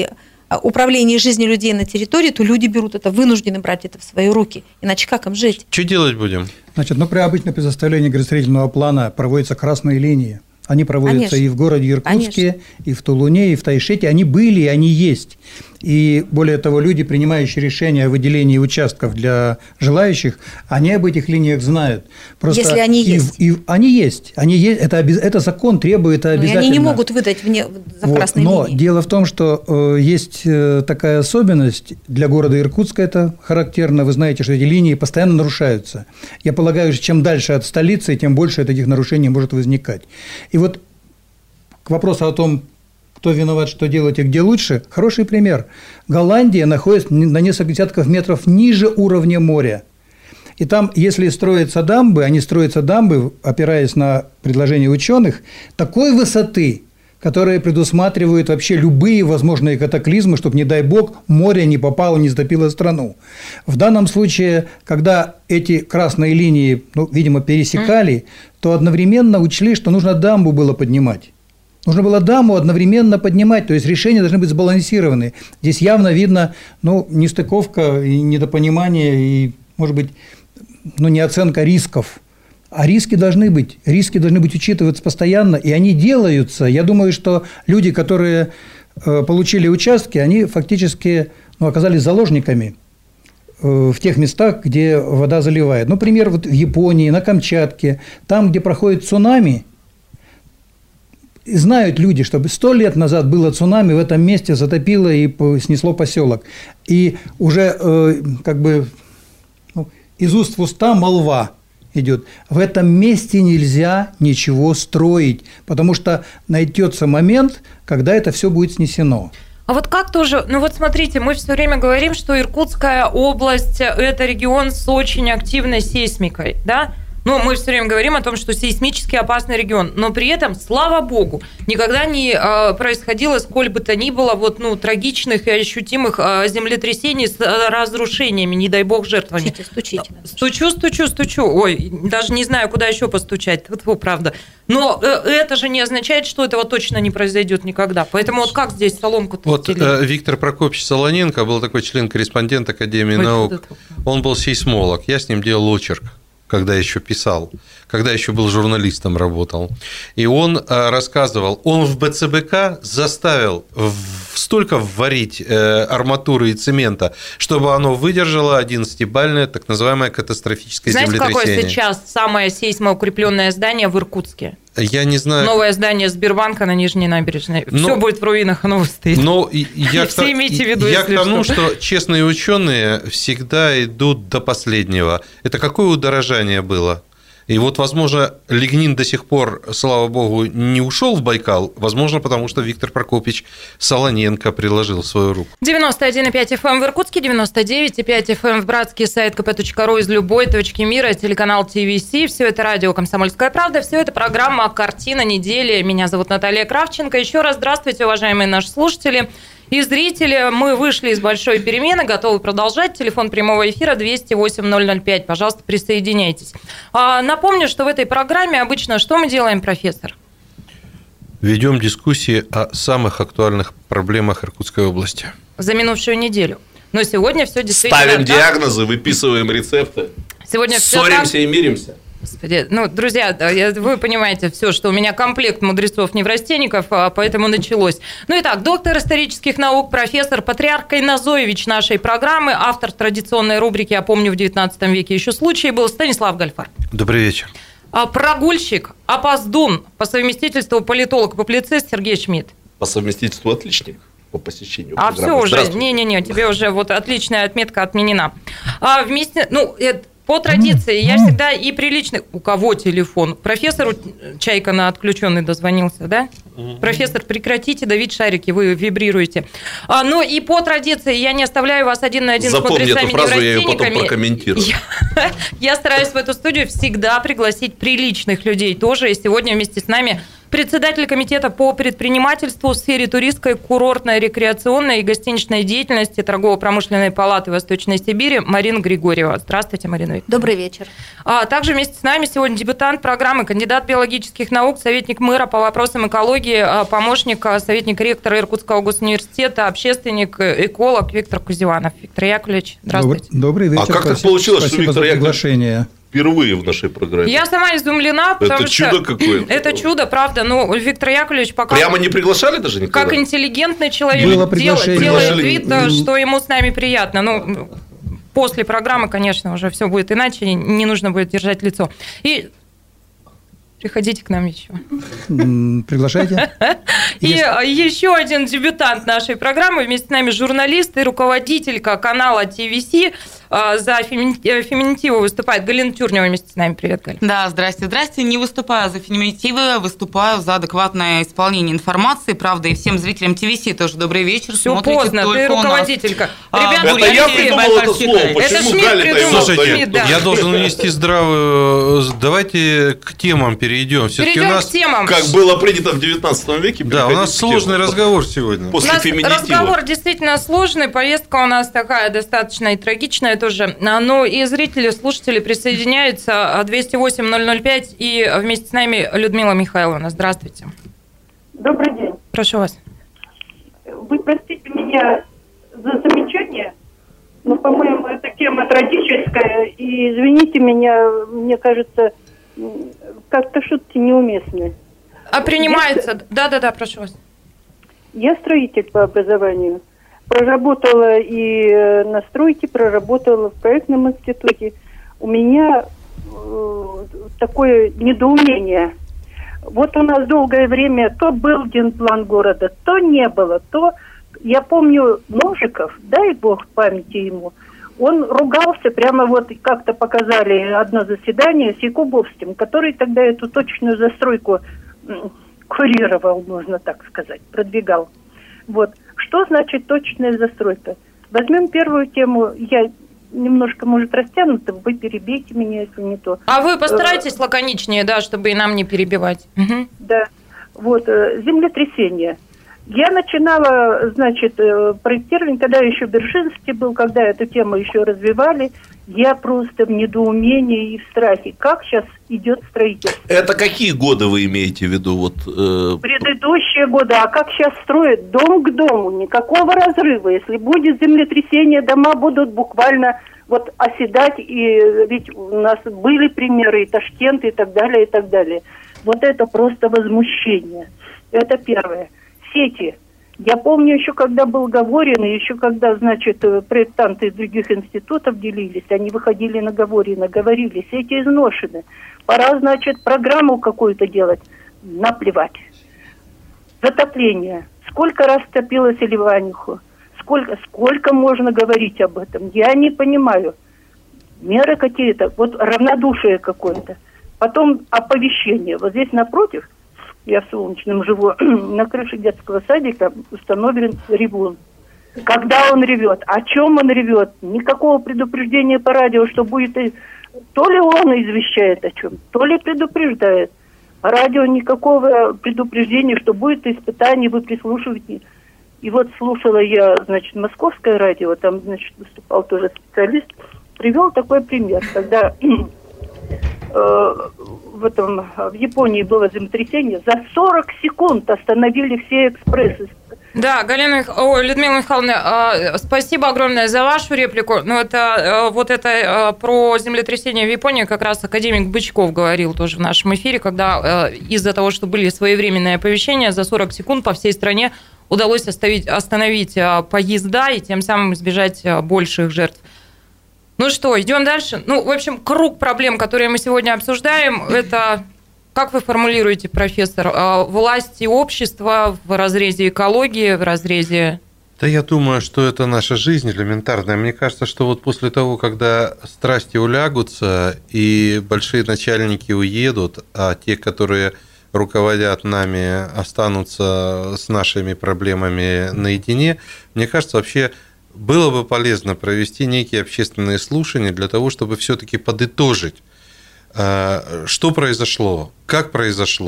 управлении жизнью людей на территории, то люди берут это, вынуждены брать это в свои руки. Иначе как им жить? Что делать будем? Значит, ну, при обычном при составлении градостроительного плана проводятся красные линии. Они проводятся Конечно. и в городе Иркутске, Конечно. и в Тулуне, и в Тайшете. Они были, и они есть. И более того, люди, принимающие решения о выделении участков для желающих, они об этих линиях знают. Просто Если они и, есть. И, они есть. Они есть. Это, это закон требует обязательно. Но они не могут выдать вне, за вот. красной Но линией. дело в том, что э, есть э, такая особенность. Для города Иркутска это характерно. Вы знаете, что эти линии постоянно нарушаются. Я полагаю, что чем дальше от столицы, тем больше таких нарушений может возникать. И вот к вопросу о том, кто виноват, что делать и где лучше, хороший пример. Голландия находится на несколько десятков метров ниже уровня моря. И там, если строятся дамбы, они строятся дамбы, опираясь на предложения ученых, такой высоты, которые предусматривают вообще любые возможные катаклизмы, чтобы, не дай бог, море не попало, не затопило страну. В данном случае, когда эти красные линии, ну, видимо, пересекали, то одновременно учли, что нужно дамбу было поднимать. Нужно было дамбу одновременно поднимать, то есть решения должны быть сбалансированы. Здесь явно видно, ну, нестыковка и недопонимание, и, может быть, ну, неоценка рисков. А риски должны быть, риски должны быть учитываться постоянно, и они делаются. Я думаю, что люди, которые получили участки, они фактически, ну, оказались заложниками в тех местах, где вода заливает. Например, вот в Японии, на Камчатке, там, где проходит цунами, знают люди, что сто лет назад было цунами, в этом месте затопило и снесло поселок. И уже э, как бы ну, из уст в уста молва идет. В этом месте нельзя ничего строить, потому что найдется момент, когда это все будет снесено. А вот как тоже, ну вот смотрите, мы все время говорим, что Иркутская область – это регион с очень активной сейсмикой, да? Ну, мы все время говорим о том, что сейсмически опасный регион, но при этом, слава богу, никогда не э, происходило сколь бы то ни было вот, ну, трагичных и ощутимых э, землетрясений с э, разрушениями, не дай бог, жертвами. Стучите, стучите. Стучу, стучу, стучу. Ой, даже не знаю, куда еще постучать. Тьфу, правда. Но э, это же не означает, что этого точно не произойдет никогда. Поэтому вот как здесь соломку-то Вот э, Виктор Прокопьевич Солоненко был такой член-корреспондент Академии Ой, наук. Он был сейсмолог. Я с ним делал очерк, когда еще писал, когда еще был журналистом, работал. И он рассказывал, он в БЦБК заставил столько вварить арматуры и цемента, чтобы оно выдержало одиннадцатибалльное так называемое катастрофическое Знаете, землетрясение. Знаете, какое сейчас самое сейсмоукрепленное здание в Иркутске? Я не знаю. Новое здание Сбербанка на Нижней набережной. Но, все будет в руинах, оно выстоит. Но я, Все имейте в виду, я к тому, что. что честные ученые всегда идут до последнего. Это какое удорожание было? И вот, возможно, лигнин до сих пор, слава богу, не ушел в Байкал, возможно, потому что Виктор Прокопьевич Солоненко приложил свою руку. девяносто один и пять эф эм в Иркутске, девяносто девять и пять эф эм в Братске, сайт ка пэ точка ру из любой точки мира, телеканал ти ви си, все это радио «Комсомольская правда», все это программа «Картина недели». Меня зовут Наталья Кравченко. Еще раз здравствуйте, уважаемые наши слушатели и зрители. Мы вышли из большой перемены, готовы продолжать. Телефон прямого эфира двести восемь ноль ноль пять. Пожалуйста, присоединяйтесь. Напомню, что в этой программе обычно что мы делаем, профессор? Ведем дискуссии о самых актуальных проблемах Иркутской области. За минувшую неделю. Но сегодня все действительно... Ставим диагнозы, выписываем рецепты. Сегодня ссоримся так... и миримся. Господи, ну, друзья, вы понимаете все, что у меня комплект мудрецов-неврастенников, поэтому началось. Ну, итак, доктор исторических наук, профессор Патриарх Кайназоевич нашей программы, автор традиционной рубрики «Я помню, в девятнадцатом веке еще случай был», Станислав Гальфар. Добрый вечер. Прогульщик, опоздун, по совместительству политолог и публицист Сергей Шмидт. По совместительству отличник. По посещению а программы. Все уже, не-не-не, тебе уже вот отличная отметка отменена. А вместе, ну, это... По традиции, я всегда и приличный... У кого телефон? Профессору Чайка на отключенный дозвонился, да? Mm-hmm. Профессор, прекратите давить шарики, вы вибрируете. А, ну и по традиции я не оставляю вас один на один Запомни с мудрецами-неврастенниками. Запомни эту фразу, я ее потом прокомментирую. Я, я стараюсь в эту студию всегда пригласить приличных людей тоже. И сегодня вместе с нами председатель комитета по предпринимательству в сфере туристской, курортной, рекреационной и гостиничной деятельности Торгово-промышленной палаты Восточной Сибири Марина Григорьева. Здравствуйте, Марина Викторовна. Добрый вечер. А также вместе с нами сегодня дебютант программы, кандидат биологических наук, советник мэра по вопросам экологии, помощник, советник ректора Иркутского госуниверситета, общественник, эколог Виктор Кузеванов. Виктор Яковлевич, здравствуйте. Добрый вечер. А как так получилось, что Виктор Яковлевич впервые в нашей программе? Я сама изумлена, потому это что... чудо какое-то. Это чудо, правда. Ну, Виктор Яковлевич пока... Прямо не приглашали даже никогда? Как интеллигентный человек Было делает, делает приглашали. вид, что ему с нами приятно. Ну, после программы, конечно, уже все будет иначе, не нужно будет держать лицо. И приходите к нам еще. Приглашайте. И еще один дебютант нашей программы. Вместе с нами журналист и руководителька канала Ти Ви Си. За феминитивы выступает Галина Тюрнева вместе с нами. Привет, Галина. Да, здрасте, здрасте. Не выступаю за феминитивы, выступаю за адекватное исполнение информации. Правда, и всем зрителям Ти Ви Си тоже добрый вечер. Все Смотрите поздно, ты руководителька. Ребята, это я придумал это слово. Это Почему Шмидт Галя-то его придумал. Шмидт, да. Я должен унести здравую... Давайте к темам перейдем. Все-таки Перейдем у нас... к темам. Как было принято в девятнадцатом веке. Да, у нас сложный темам. разговор сегодня. После у нас феминитива. разговор действительно сложный, повестка у нас такая достаточно и трагичная тоже. Но и зрители, слушатели присоединяются. двести восемь ноль ноль пять и вместе с нами Людмила Михайловна. Здравствуйте. Добрый день. Прошу вас. Вы простите меня за замечание, но, по-моему, эта тема трагическая, и извините меня, мне кажется, как-то шутки неуместны. А принимается? Да-да-да, прошу вас. Я строитель по образованию. Проработала и на стройке, проработала в проектном институте. У меня э, такое недоумение. Вот у нас долгое время то был генплан города, то не было, то... Я помню Ножиков, дай бог памяти ему, он ругался, прямо вот как-то показали одно заседание с Якубовским, который тогда эту точную застройку курировал, можно так сказать, продвигал. Вот. Что значит точная застройка? Возьмем первую тему, я немножко, может, растянута, вы перебейте меня, если не то. А вы постарайтесь лаконичнее, да, чтобы и нам не перебивать. Угу. Да, вот, землетрясение. Я начинала, значит, проектирование, когда еще в Бершинске был, когда эту тему еще развивали. Я просто в недоумении и в страхе. Как сейчас идет строительство? Это какие годы вы имеете в виду? Вот, э... Предыдущие годы. А как сейчас строят? Дом к дому. Никакого разрыва. Если будет землетрясение, дома будут буквально вот оседать. И ведь у нас были примеры, и Ташкент, и так далее, и так далее. Вот это просто возмущение. Это первое. Сети. Я помню еще, когда был Говорин, и еще когда, значит, проектанты из других институтов делились, они выходили на Говорина, говорили, сети изношены. Пора, значит, программу какую-то делать. Наплевать. Затопление. Сколько раз топилось Ливаниху? Сколько, сколько можно говорить об этом? Я не понимаю. Меры какие-то, вот равнодушие какое-то. Потом оповещение. Вот здесь напротив... Я в Солнечном живу, на крыше детского садика установлен ревун. Когда он ревет, о чем он ревет, никакого предупреждения по радио, что будет... То ли он извещает о чем, то ли предупреждает. По радио никакого предупреждения, что будет испытание, вы прислушиваетесь. И вот слушала я, значит, московское радио, там, значит, выступал тоже специалист, привел такой пример, когда... В, этом, в Японии было землетрясение, за сорок секунд остановили все экспрессы. Да, Галина, о, Людмила Михайловна, спасибо огромное за вашу реплику. Ну, это вот это про землетрясение в Японии как раз академик Бычков говорил тоже в нашем эфире, когда из-за того, что были своевременные оповещения, за сорок секунд по всей стране удалось остановить, остановить поезда и тем самым избежать больших жертв. Ну что, идем дальше. Ну, в общем, круг проблем, которые мы сегодня обсуждаем, это, как вы формулируете, профессор, власть и общество в разрезе экологии, в разрезе... Да я думаю, что это наша жизнь элементарная. Мне кажется, что вот после того, когда страсти улягутся и большие начальники уедут, а те, которые руководят нами, останутся с нашими проблемами наедине, мне кажется, вообще... Было бы полезно провести некие общественные слушания для того, чтобы все-таки подытожить, что произошло, как произошло,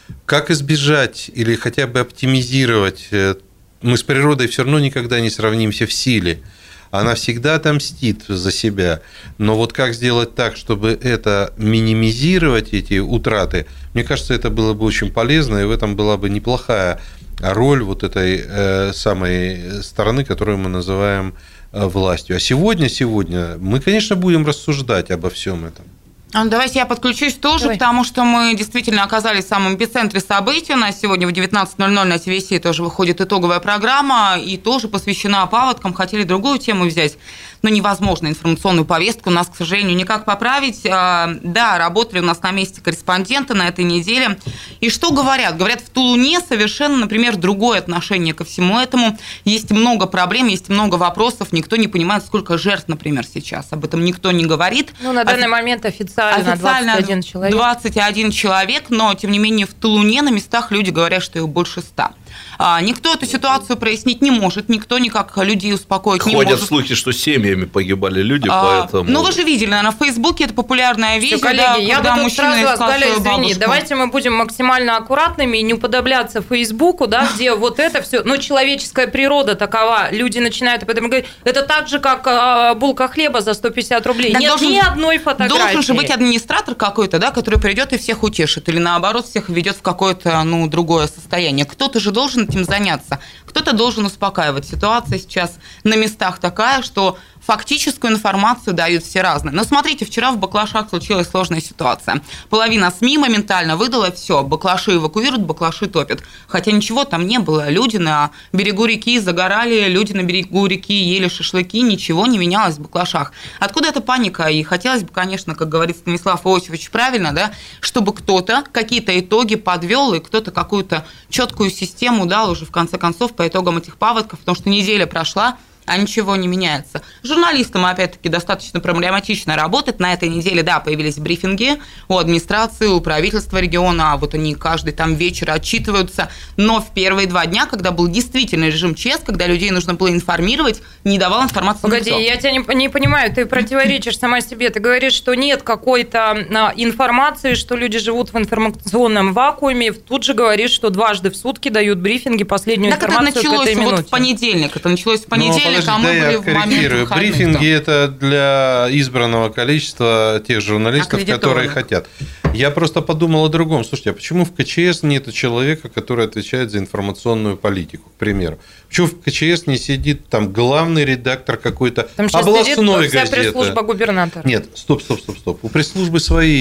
Как избежать или хотя бы оптимизировать? Мы с природой все равно никогда не сравнимся в силе. Она всегда отомстит за себя. Но вот как сделать так, чтобы это минимизировать, эти утраты, мне кажется, это было бы очень полезно, и в этом была бы неплохая роль вот этой э, самой стороны, которую мы называем э, властью. А сегодня, сегодня мы, конечно, будем рассуждать обо всем этом. Давайте я подключусь тоже, Давай. потому что мы действительно оказались в самом эпицентре событий. У нас сегодня в девятнадцать ноль ноль на Ти Ви Си тоже выходит итоговая программа, и тоже посвящена паводкам. Хотели другую тему взять, но невозможно информационную повестку у нас, к сожалению, никак поправить. Да, работали у нас на месте корреспонденты на этой неделе. И что говорят? Говорят, в Тулуне совершенно, например, другое отношение ко всему этому. Есть много проблем, есть много вопросов. Никто не понимает, сколько жертв, например, сейчас. Об этом никто не говорит. Ну, на данный Офи... момент официально, официально двадцать один человек. двадцать один человек, но, тем не менее, в Тулуне на местах люди говорят, что их больше ста. А, никто эту ситуацию прояснить не может, никто никак людей успокоить Ходят не может. Ходят слухи, что семьями погибали люди, а, поэтому... Ну, вы же видели, наверное, в Фейсбуке это популярное видео. Все, коллеги, да, я когда бы тут мужчина сразу искал Галя, свою извини, бабушку. давайте мы будем максимально аккуратными и не уподобляться Фейсбуку, да, где вот это все, ну, человеческая природа такова, люди начинают об этом говорить, это так же, как а, булка хлеба за сто пятьдесят рублей. Так Нет должен, ни одной фотографии. Должен же быть администратор какой-то, да, который придет и всех утешит, или наоборот всех ведет в какое-то, ну, другое состояние. Кто-то же должен этим заняться, кто-то должен успокаивать. Ситуация сейчас на местах такая, что фактическую информацию дают все разные. Но смотрите, вчера в Баклашах случилась сложная ситуация. Половина СМИ моментально выдала все. Баклаши эвакуируют, Баклаши топят. Хотя ничего там не было. Люди на берегу реки загорали, люди на берегу реки ели шашлыки, ничего не менялось в Баклашах. Откуда эта паника? И хотелось бы, конечно, как говорит Станислав Иосифович правильно, да, чтобы кто-то какие-то итоги подвел, и кто-то какую-то четкую систему дал уже в конце концов по итогам этих паводков, потому что неделя прошла, а ничего не меняется. Журналистам, опять-таки, достаточно проблематично работать. На этой неделе, да, появились брифинги у администрации, у правительства региона, а вот они каждый там вечер отчитываются. Но в первые два дня, когда был действительно режим ЧС, когда людей нужно было информировать, не давал информации. Погоди, никто. Я тебя не, не понимаю, ты противоречишь сама себе. Ты говоришь, что нет какой-то информации, что люди живут в информационном вакууме. Тут же говоришь, что дважды в сутки дают брифинги, последнюю так информацию это началось к этой минуте. Вот в понедельник. Это началось в понедельник. Подожди, да, я корректирую. Брифинги – это для избранного количества тех журналистов, которые хотят. Я просто подумал о другом. Слушайте, а почему в КЧС нет человека, который отвечает за информационную политику, к примеру? Почему в КЧС не сидит там главный редактор какой-то областной газеты? Вся пресс-служба губернатора. Нет, стоп, стоп, стоп, стоп. У пресс-службы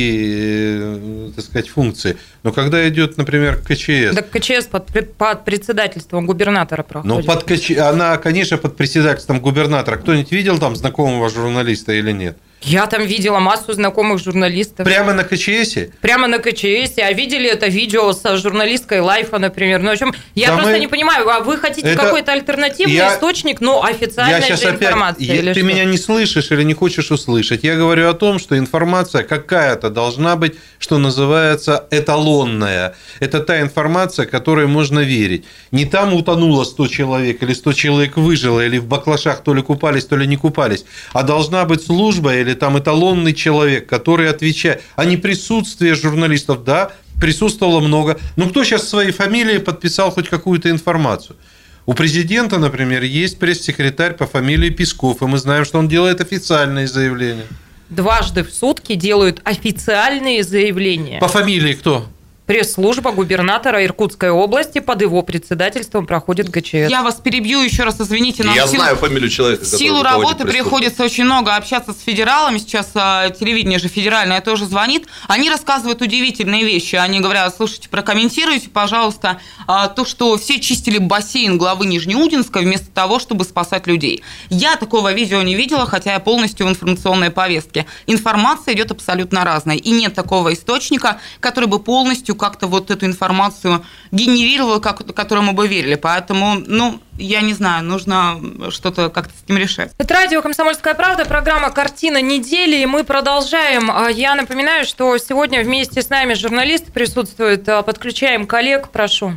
свои, так сказать, функции. Но когда идет, например, КЧС… Так КЧС под, под председательством губернатора проходит. Ну, под КЧ... она, конечно, под председательством губернатора. Кто-нибудь видел там знакомого журналиста или нет? Я там видела массу знакомых журналистов. Прямо на КЧСе? Прямо на КЧСе. А видели это видео с журналисткой Лайфа, например. Ну, в общем, я да просто мы... не понимаю, а вы хотите это... какой-то альтернативный я... источник, но официальная же информация? Я... Или Ты что? меня не слышишь или не хочешь услышать. Я говорю о том, что информация какая-то должна быть, что называется, эталонная. Это та информация, которой можно верить. Не там утонуло сто человек, или сто человек выжило, или в Баклашах то ли купались, то ли не купались, а должна быть служба или там эталонный человек, который отвечает, а не присутствие журналистов, да, присутствовало много. Ну, кто сейчас своей фамилией подписал хоть какую-то информацию? У президента, например, есть пресс-секретарь по фамилии Песков, и мы знаем, что он делает официальные заявления. Дважды в сутки делают официальные заявления. По фамилии кто? Пресс-служба губернатора Иркутской области, под его председательством проходит ГЧС. Я вас перебью еще раз, извините. Я силу, знаю фамилию человека. В силу работы приходится очень много общаться с федералами. Сейчас а, телевидение же федеральное тоже звонит. Они рассказывают удивительные вещи. Они говорят, слушайте, прокомментируйте, пожалуйста, а, то, что все чистили бассейн главы Нижнеудинска вместо того, чтобы спасать людей. Я такого видео не видела, хотя я полностью в информационной повестке. Информация идет абсолютно разная. И нет такого источника, который бы полностью как-то вот эту информацию генерировала, как, которой мы бы верили. Поэтому, ну, я не знаю, нужно что-то как-то с этим решать. Это радио «Комсомольская правда», программа «Картина недели», и мы продолжаем. Я напоминаю, что сегодня вместе с нами журналисты присутствуют. Подключаем коллег, прошу.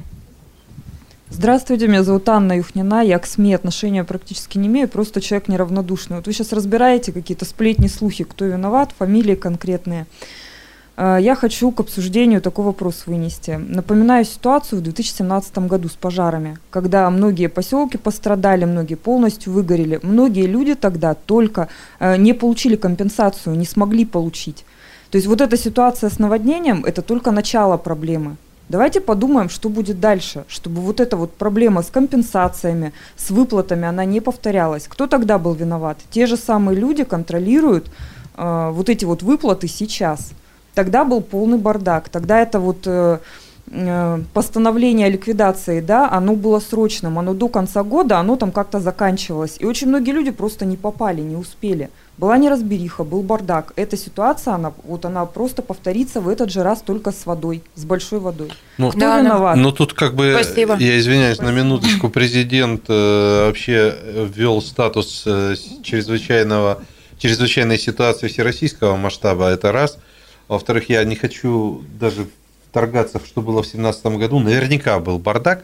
Здравствуйте, меня зовут Анна Юхнина, я к СМИ отношения практически не имею, просто человек неравнодушный. Вот вы сейчас разбираете какие-то сплетни, слухи, кто виноват, фамилии конкретные. Я хочу к обсуждению такой вопрос вынести. Напоминаю ситуацию в две тысячи семнадцатом году с пожарами, когда многие поселки пострадали, многие полностью выгорели. Многие люди тогда только не получили компенсацию, не смогли получить. То есть вот эта ситуация с наводнением – это только начало проблемы. Давайте подумаем, что будет дальше, чтобы вот эта вот проблема с компенсациями, с выплатами, она не повторялась. Кто тогда был виноват? Те же самые люди контролируют э, вот эти вот выплаты сейчас. Тогда был полный бардак. Тогда это вот э, э, постановление о ликвидации, да, оно было срочным, оно до конца года, оно там как-то заканчивалось. И очень многие люди просто не попали, не успели. Была неразбериха, был бардак. Эта ситуация, она, вот она просто повторится в этот же раз только с водой, с большой водой. Ну, Кто да, виноват? Ну тут как бы, Спасибо. Я извиняюсь, Спасибо. на минуточку, президент э, вообще ввел статус э, чрезвычайного, чрезвычайной ситуации всероссийского масштаба, это раз. Во-вторых, я не хочу даже вторгаться, что было в две тысячи семнадцатом году. Наверняка был бардак.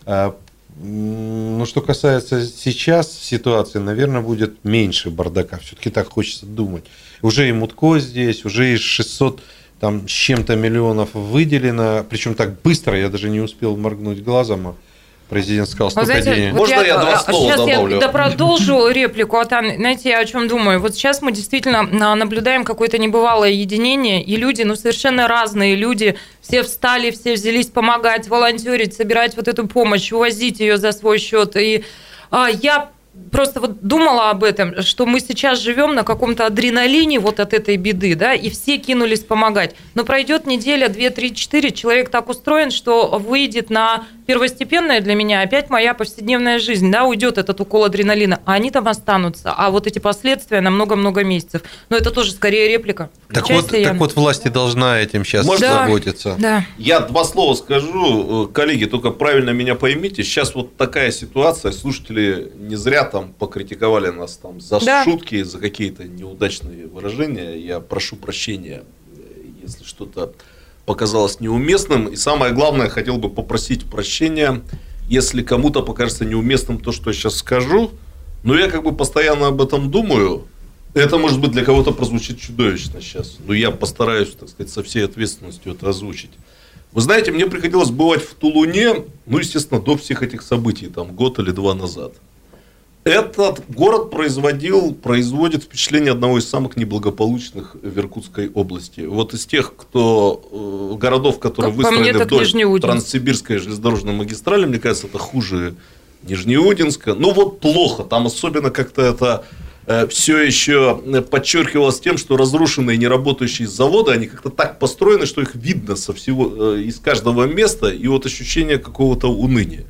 Но что касается сейчас ситуации, наверное, будет меньше бардака. Все-таки так хочется думать. Уже и Мутко здесь, уже и шестьсот там, с чем-то миллионов выделено. Причем так быстро, я даже не успел моргнуть глазом. Президент сказал, столько знаете, денег. Вот Можно я, я два слова сейчас добавлю? Я да, продолжу реплику. А там, знаете, я о чем думаю? Вот сейчас мы действительно наблюдаем какое-то небывалое единение, и люди, ну, совершенно разные люди, все встали, все взялись помогать, волонтерить, собирать вот эту помощь, увозить ее за свой счет. И а, я просто вот думала об этом, что мы сейчас живем на каком-то адреналине вот от этой беды, да, и все кинулись помогать. Но пройдет неделя, две, три, четыре, человек так устроен, что выйдет на первостепенная для меня опять моя повседневная жизнь, да, уйдет этот укол адреналина, а они там останутся, а вот эти последствия на много-много месяцев. Но это тоже скорее реплика. Так вот, так вот, власти должна этим сейчас да, заботиться. Да. Я два слова скажу, коллеги, только правильно меня поймите. Сейчас вот такая ситуация, слушатели не зря там покритиковали нас там за да. шутки, за какие-то неудачные выражения. Я прошу прощения, если что-то показалось неуместным. И самое главное, хотел бы попросить прощения, если кому-то покажется неуместным то, что я сейчас скажу. Но я как бы постоянно об этом думаю. Это, может быть, для кого-то прозвучит чудовищно сейчас. Но я постараюсь, так сказать, со всей ответственностью это озвучить. Вы знаете, мне приходилось бывать в Тулуне, ну, естественно, до всех этих событий, там, год или два назад. Этот город производил, производит впечатление одного из самых неблагополучных в Иркутской области. Вот из тех, кто, городов, которые как выстроены вдоль Транссибирской железнодорожной магистрали, мне кажется, это хуже Нижнеудинска. Ну вот плохо, там особенно как-то это э, все еще подчеркивалось тем, что разрушенные неработающие заводы, они как-то так построены, что их видно со всего, э, из каждого места, и вот ощущение какого-то уныния.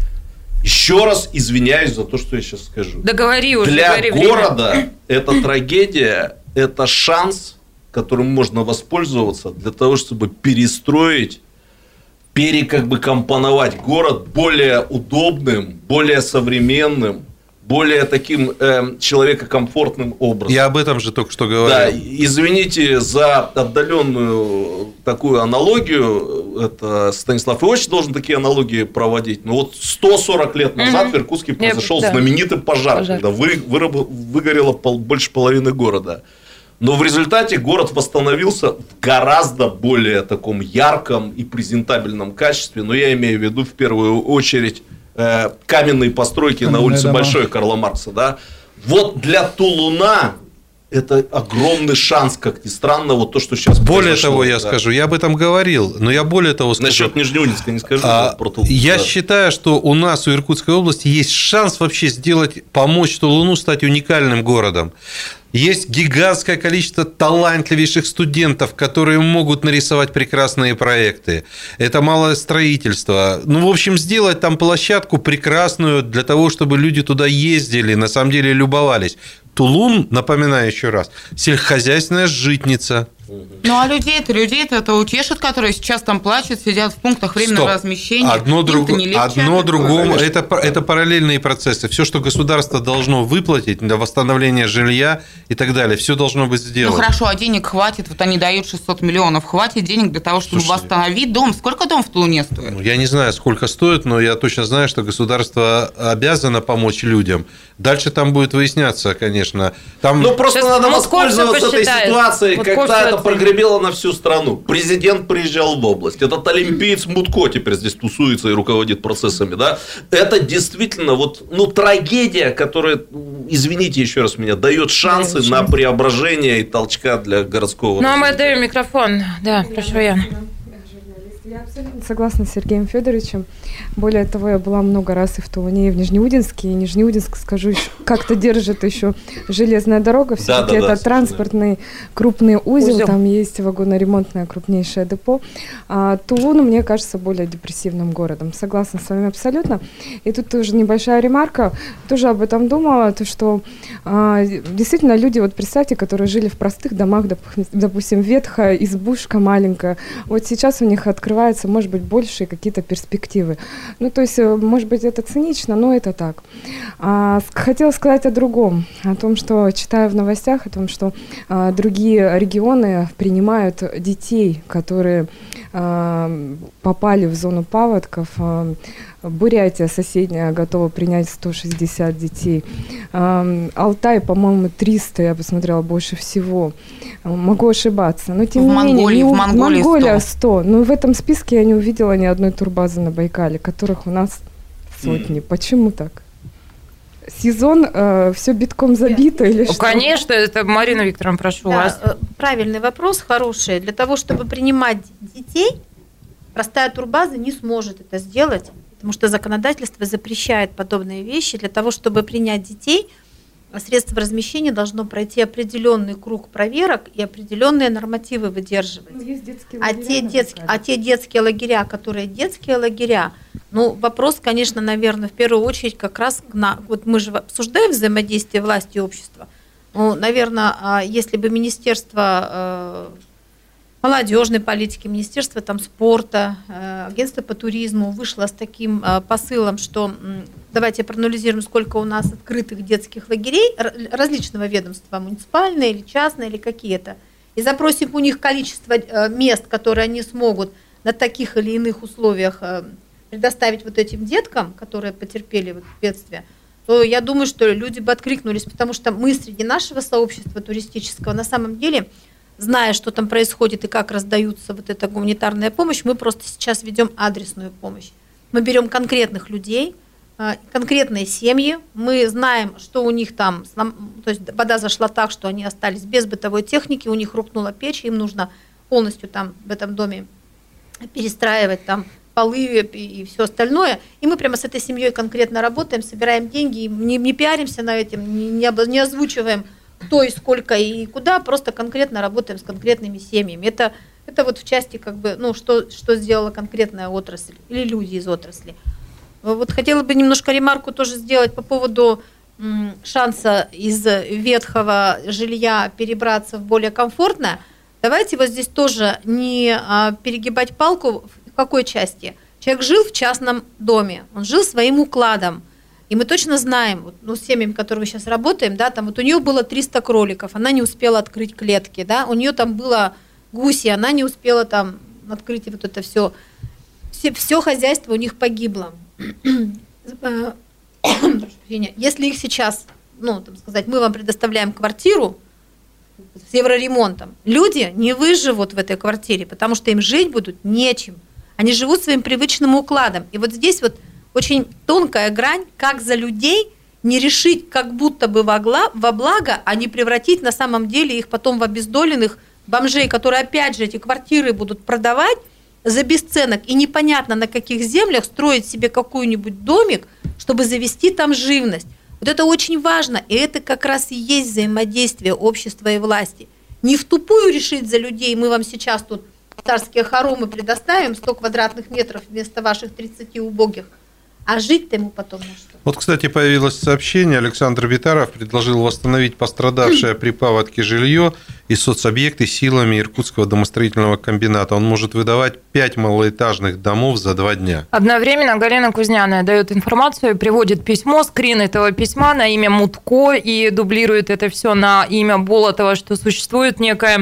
Еще раз извиняюсь за то, что я сейчас скажу. Да говори уже, Для говори города время. Это трагедия, это шанс, которым можно воспользоваться для того, чтобы перестроить, пере как бы компоновать город более удобным, более современным, более таким э, человекокомфортным образом. Я об этом же только что говорил. Да, извините за отдаленную такую аналогию. Это Станислав Ильич должен такие аналогии проводить. Но вот сто сорок лет назад угу. в Иркутске произошел Я, да. знаменитый пожар, пожар. когда вы, вы, выгорело пол, больше половины города. Но в результате город восстановился в гораздо более таком ярком и презентабельном качестве. Но я имею в виду в первую очередь э, каменные постройки Каменные на улице дома. Большой Карла Маркса. Да? Вот для Тулуна это огромный шанс, как ни странно, вот то, что сейчас Более произошло, того, я да. скажу, я об этом говорил, но я более того скажу. Насчет Нижнеудинска не скажу. А, про Тулун, я да. считаю, что у нас, у Иркутской области, есть шанс вообще сделать, помочь Тулуну стать уникальным городом. Есть гигантское количество талантливейших студентов, которые могут нарисовать прекрасные проекты. Это малое строительство. Ну, в общем, сделать там площадку прекрасную для того, чтобы люди туда ездили, на самом деле любовались. Тулун, напоминаю еще раз, сельскохозяйственная житница. Ну, а людей-то, людей-то это утешит, которые сейчас там плачут, сидят в пунктах временного Стоп. размещения. Одно, друг... Одно другому. Конечно. Это, это параллельные процессы. Все, что государство должно выплатить для восстановления жилья и так далее, все должно быть сделано. Ну, хорошо, а денег хватит? Вот они дают шестьсот миллионов. Хватит денег для того, чтобы Слушайте, восстановить дом? Сколько дом в Тулуне стоит? Я не знаю, сколько стоит, но я точно знаю, что государство обязано помочь людям. Дальше там будет выясняться, конечно. конечно. Там... Ну, просто Сейчас надо московцы воспользоваться этой посчитают. ситуацией, Мутко когда всё это оценит. прогремело на всю страну. Президент приезжал в область. Этот олимпиец Мутко теперь здесь тусуется и руководит процессами. Да? Это действительно вот, ну, трагедия, которая, извините еще раз меня, дает шансы да, на преображение и толчка для городского Ну, а мы развития. отдаем микрофон. Да, прошу, Яна. Я абсолютно согласна с Сергеем Федоровичем. Более того, я была много раз и в Тулуне, и в Нижнеудинске. И Нижнеудинск, скажу, как-то держит еще железная дорога. Все-таки да, это да, транспортный крупный узел. Узел. Там есть вагоноремонтное крупнейшее депо. А Тулун, мне кажется, более депрессивным городом. Согласна с вами абсолютно. И тут тоже небольшая ремарка. Тоже об этом думала, то, что а, действительно люди, вот представьте, которые жили в простых домах, доп- допустим, ветхая избушка маленькая. Вот сейчас у них открывается, может быть, большие какие-то перспективы. Ну, то есть, может быть, это цинично, но это так. А, хотела сказать о другом, о том, что читаю в новостях, о том, что а, другие регионы принимают детей, которые а, попали в зону паводков. А, Бурятия соседняя готова принять сто шестьдесят детей. А, Алтай, по-моему, триста, я посмотрела, больше всего. Могу ошибаться, но тем в не Монголии, менее... в Монголии Монголия сто. сто. Но в этом списке я не увидела ни одной турбазы на Байкале, которых у нас сотни. Почему так? Сезон э, все битком забито или Ну, что? конечно, это Марина Викторовна, прошу Да, вас. э, правильный вопрос, хороший. Для того, чтобы принимать детей, простая турбаза не сможет это сделать, потому что законодательство запрещает подобные вещи. Для того, чтобы принять детей, средство размещения должно пройти определенный круг проверок и определенные нормативы выдерживать. Ну, есть детские А лагеря те, на детские, а Байкале. те детские лагеря, которые детские лагеря, ну, вопрос, конечно, наверное, в первую очередь как раз, на, вот мы же обсуждаем взаимодействие власти и общества, ну, наверное, если бы Министерство молодежной политики, Министерство там, спорта, Агентство по туризму вышло с таким посылом, что давайте проанализируем, сколько у нас открытых детских лагерей различного ведомства, муниципальные или частные, или какие-то, и запросим у них количество мест, которые они смогут на таких или иных условиях предоставить вот этим деткам, которые потерпели вот бедствие, то я думаю, что люди бы откликнулись, потому что мы среди нашего сообщества туристического на самом деле, зная, что там происходит и как раздаются вот эта гуманитарная помощь, мы просто сейчас ведем адресную помощь. Мы берем конкретных людей, конкретные семьи, мы знаем, что у них там, то есть вода зашла так, что они остались без бытовой техники, у них рухнула печь, им нужно полностью там в этом доме перестраивать там полы и все остальное. И мы прямо с этой семьей конкретно работаем, собираем деньги, не, не пиаримся на этом, не, не, не озвучиваем, кто и сколько и куда, просто конкретно работаем с конкретными семьями. Это, это вот в части, как бы, ну, что, что сделала конкретная отрасль или люди из отрасли. Вот хотела бы немножко ремарку тоже сделать по поводу м, шанса из ветхого жилья перебраться в более комфортное. Давайте вот здесь тоже не а, перегибать палку. В какой части? Человек жил в частном доме, он жил своим укладом. И мы точно знаем, вот, ну, с семьями, которыми мы сейчас работаем, да, там вот у нее было триста кроликов, она не успела открыть клетки, да, у нее там было гуси, она не успела там открыть вот это все. Все, все хозяйство у них погибло. Если их сейчас, ну, там сказать, мы вам предоставляем квартиру с евроремонтом, люди не выживут в этой квартире, потому что им жить будут нечем. Они живут своим привычным укладом. И вот здесь вот очень тонкая грань, как за людей не решить как будто бы во благо, а не превратить на самом деле их потом в обездоленных бомжей, которые опять же эти квартиры будут продавать за бесценок, и непонятно на каких землях строить себе какой-нибудь домик, чтобы завести там живность. Вот это очень важно, и это как раз и есть взаимодействие общества и власти. Не в тупую решить за людей, мы вам сейчас тут царские хоромы предоставим, сто квадратных метров вместо ваших тридцати убогих, а жить-то ему потом на что? Вот, кстати, появилось сообщение. Александр Витаров предложил восстановить пострадавшее при паводке жилье и соцобъекты силами Иркутского домостроительного комбината. Он может выдавать пять малоэтажных домов за два дня. Одновременно Галина Кузняная дает информацию, приводит письмо, скрин этого письма на имя Мутко и дублирует это все на имя Болотова, что существует некая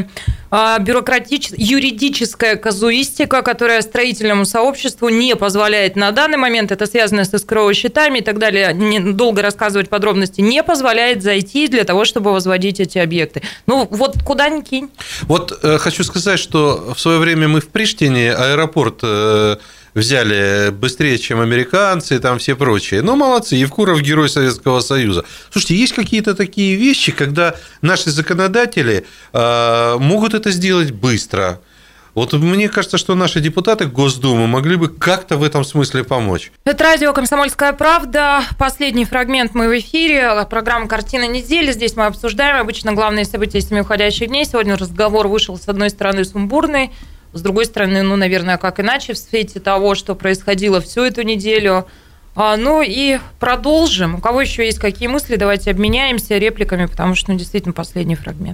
бюрократическая, юридическая казуистика, которая строительному сообществу не позволяет на данный момент, это связано с эскроу счетами и так далее, не, долго рассказывать подробности, не позволяет зайти для того, чтобы возводить эти объекты. Ну, вот куда ни кинь. Вот э, хочу сказать, что в свое время мы в Приштине аэропорт э, взяли быстрее, чем американцы и там все прочие. Ну, молодцы, Евкуров герой Советского Союза. Слушайте, есть какие-то такие вещи, когда наши законодатели э, могут это сделать быстро. Вот мне кажется, что наши депутаты Госдумы могли бы как-то в этом смысле помочь. Это радио «Комсомольская правда». Последний фрагмент мы в эфире. Программа «Картина недели». Здесь мы обсуждаем обычно главные события семи уходящих дней. Сегодня разговор вышел, с одной стороны, сумбурный, с другой стороны, ну, наверное, как иначе, в свете того, что происходило всю эту неделю. А, ну и продолжим. У кого еще есть какие мысли, давайте обменяемся репликами, потому что, ну, действительно, последний фрагмент.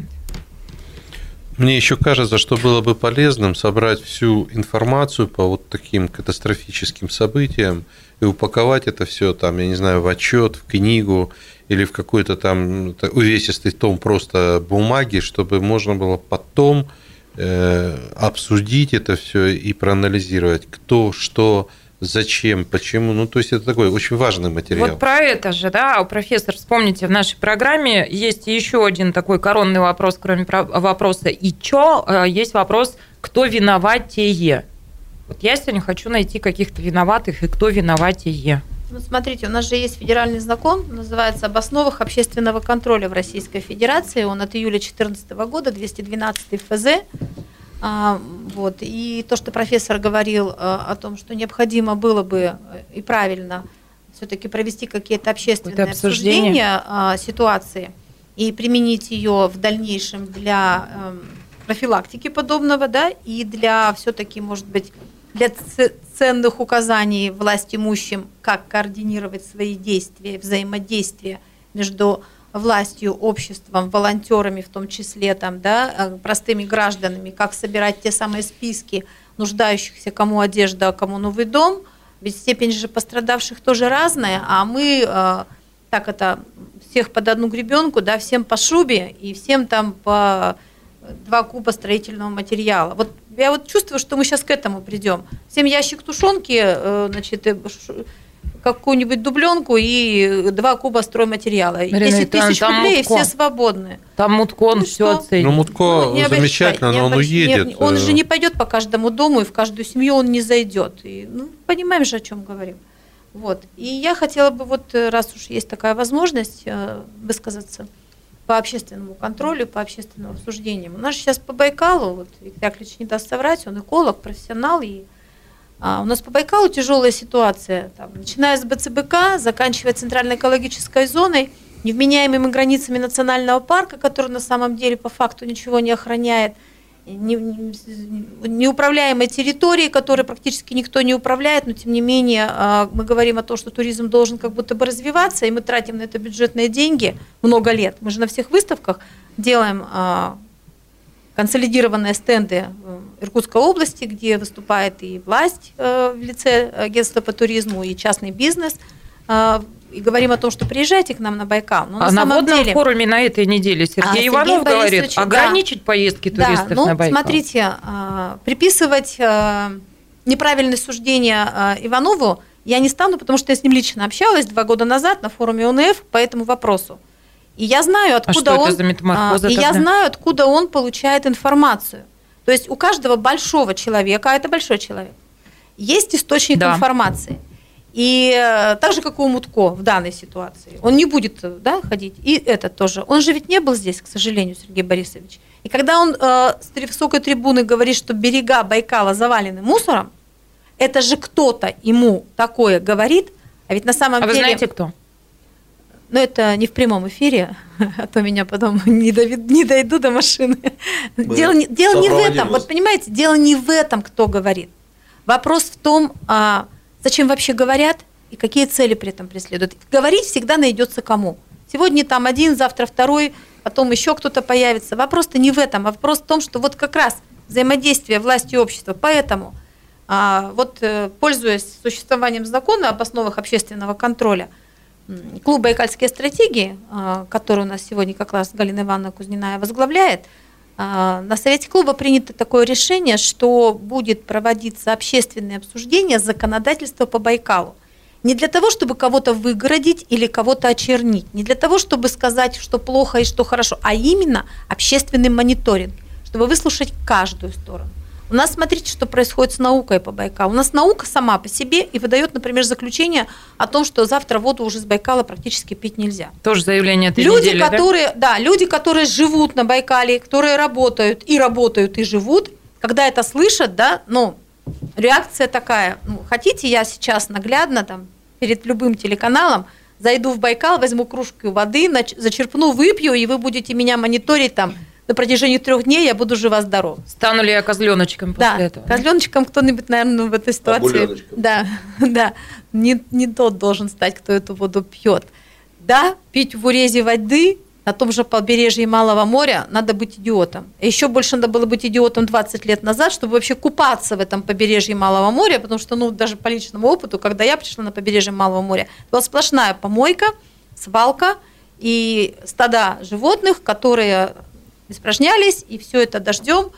Мне еще кажется, что было бы полезным собрать всю информацию по вот таким катастрофическим событиям и упаковать это все там, я не знаю, в отчет, в книгу или в какой-то там увесистый том просто бумаги, чтобы можно было потом э, обсудить это все и проанализировать, кто, что, зачем, почему. Ну, то есть это такой очень важный материал. Вот про это же, да, профессор, вспомните, в нашей программе есть еще один такой коронный вопрос, кроме вопроса «и чё?», есть вопрос «кто виноватее?». Вот я сегодня хочу найти каких-то виноватых и кто виноватее. Ну, смотрите, у нас же есть федеральный закон, называется «Об основах общественного контроля в Российской Федерации». Он от июля две тысячи четырнадцатого года, двести двенадцатый эф зэ. А, вот. И то, что профессор говорил а, о том, что необходимо было бы и правильно все-таки провести какие-то общественные обсуждения а, ситуации и применить ее в дальнейшем для а, профилактики подобного, да, и для все-таки, может быть, для ценных указаний властимущим, как координировать свои действия, взаимодействие между властью, обществом, волонтерами, в том числе там, да, простыми гражданами, как собирать те самые списки нуждающихся, кому одежда, а кому новый дом. Ведь степень же пострадавших тоже разная, а мы э, так это всех под одну гребенку, да, всем по шубе и всем там по два куба строительного материала. Вот я вот чувствую, что мы сейчас к этому придем. Всем ящик тушенки, э, значит, какую-нибудь дубленку и два куба стройматериала. десять тысяч рублей, и все свободны. Там Мутко, он ну, все оценит. Ну, Мутко ну, замечательно, но он уедет. Не, он же не пойдет по каждому дому, и в каждую семью он не зайдет. И, ну, понимаем же, о чем говорим. Вот. И я хотела бы, вот, раз уж есть такая возможность, высказаться по общественному контролю, по общественным обсуждениям. У нас сейчас по Байкалу, вот, Виктор Яковлевич не даст соврать, он эколог, профессионал, и А у нас по Байкалу тяжелая ситуация, там, начиная с бэ цэ бэ ка, заканчивая центральной экологической зоной, невменяемыми границами национального парка, который на самом деле по факту ничего не охраняет, неуправляемой территории, которой практически никто не управляет, но тем не менее мы говорим о том, что туризм должен как будто бы развиваться, и мы тратим на это бюджетные деньги много лет. Мы же на всех выставках делаем консолидированные стенды в Иркутской области, где выступает и власть в лице агентства по туризму, и частный бизнес, и говорим о том, что приезжайте к нам на Байкал. Но а на, на водном деле... форуме на этой неделе Сергей а, Иванов Сергей говорит, ограничить да, поездки туристов да, ну, на Байкал. Смотрите, приписывать неправильное суждение Иванову я не стану, потому что я с ним лично общалась два года назад на форуме о эн эф по этому вопросу. И я знаю, откуда а он, и тогда? я знаю, откуда он получает информацию. То есть у каждого большого человека, а это большой человек, есть источник да. информации. И так же, как у Мутко в данной ситуации. Он не будет да, ходить. И этот тоже. Он же ведь не был здесь, к сожалению, Сергей Борисович. И когда он э, с высокой трибуны говорит, что берега Байкала завалены мусором, это же кто-то ему такое говорит. А ведь на самом а деле... А вы знаете, кто? Но это не в прямом эфире, а то меня потом не, довед, не дойду до машины. Мы дело не, дело не в этом. Вот понимаете, дело не в этом, кто говорит. Вопрос в том, а, зачем вообще говорят и какие цели при этом преследуют. Говорить всегда найдется кому. Сегодня там один, завтра второй, потом еще кто-то появится. Вопрос-то не в этом, а вопрос в том, что вот как раз взаимодействие власти и общества. Поэтому, а, вот, пользуясь существованием закона об основах общественного контроля, клуб «Байкальские стратегии», который у нас сегодня как раз Галина Ивановна Кузниная возглавляет, На совете клуба принято такое решение, что будет проводиться общественное обсуждение законодательства по Байкалу. Не для того, чтобы кого-то выгородить или кого-то очернить, не для того, чтобы сказать, что плохо и что хорошо, а именно общественный мониторинг, чтобы выслушать каждую сторону. У нас, смотрите, что происходит с наукой по Байкалу. У нас наука сама по себе и выдает, например, заключение о том, что завтра воду уже с Байкала практически пить нельзя. Тоже заявление этой люди, недели, которые, да? Да, люди, которые живут на Байкале, которые работают и работают, и живут, когда это слышат, да, ну, реакция такая, ну, хотите, я сейчас наглядно там перед любым телеканалом зайду в Байкал, возьму кружку воды, зачерпну, выпью, и вы будете меня мониторить там на протяжении трех дней, я буду жива-здорова. Стану ли я козленочком после да, этого? Козленочком кто-нибудь, наверное, в этой ситуации. Да, да. Не, не тот должен стать, кто эту воду пьет. Да, пить в урезе воды на том же побережье Малого моря надо быть идиотом. Еще больше надо было быть идиотом двадцать лет назад, чтобы вообще купаться в этом побережье Малого моря, потому что, ну, даже по личному опыту, когда я пришла на побережье Малого моря, была сплошная помойка, свалка и стада животных, которые испражнялись, и все это дождем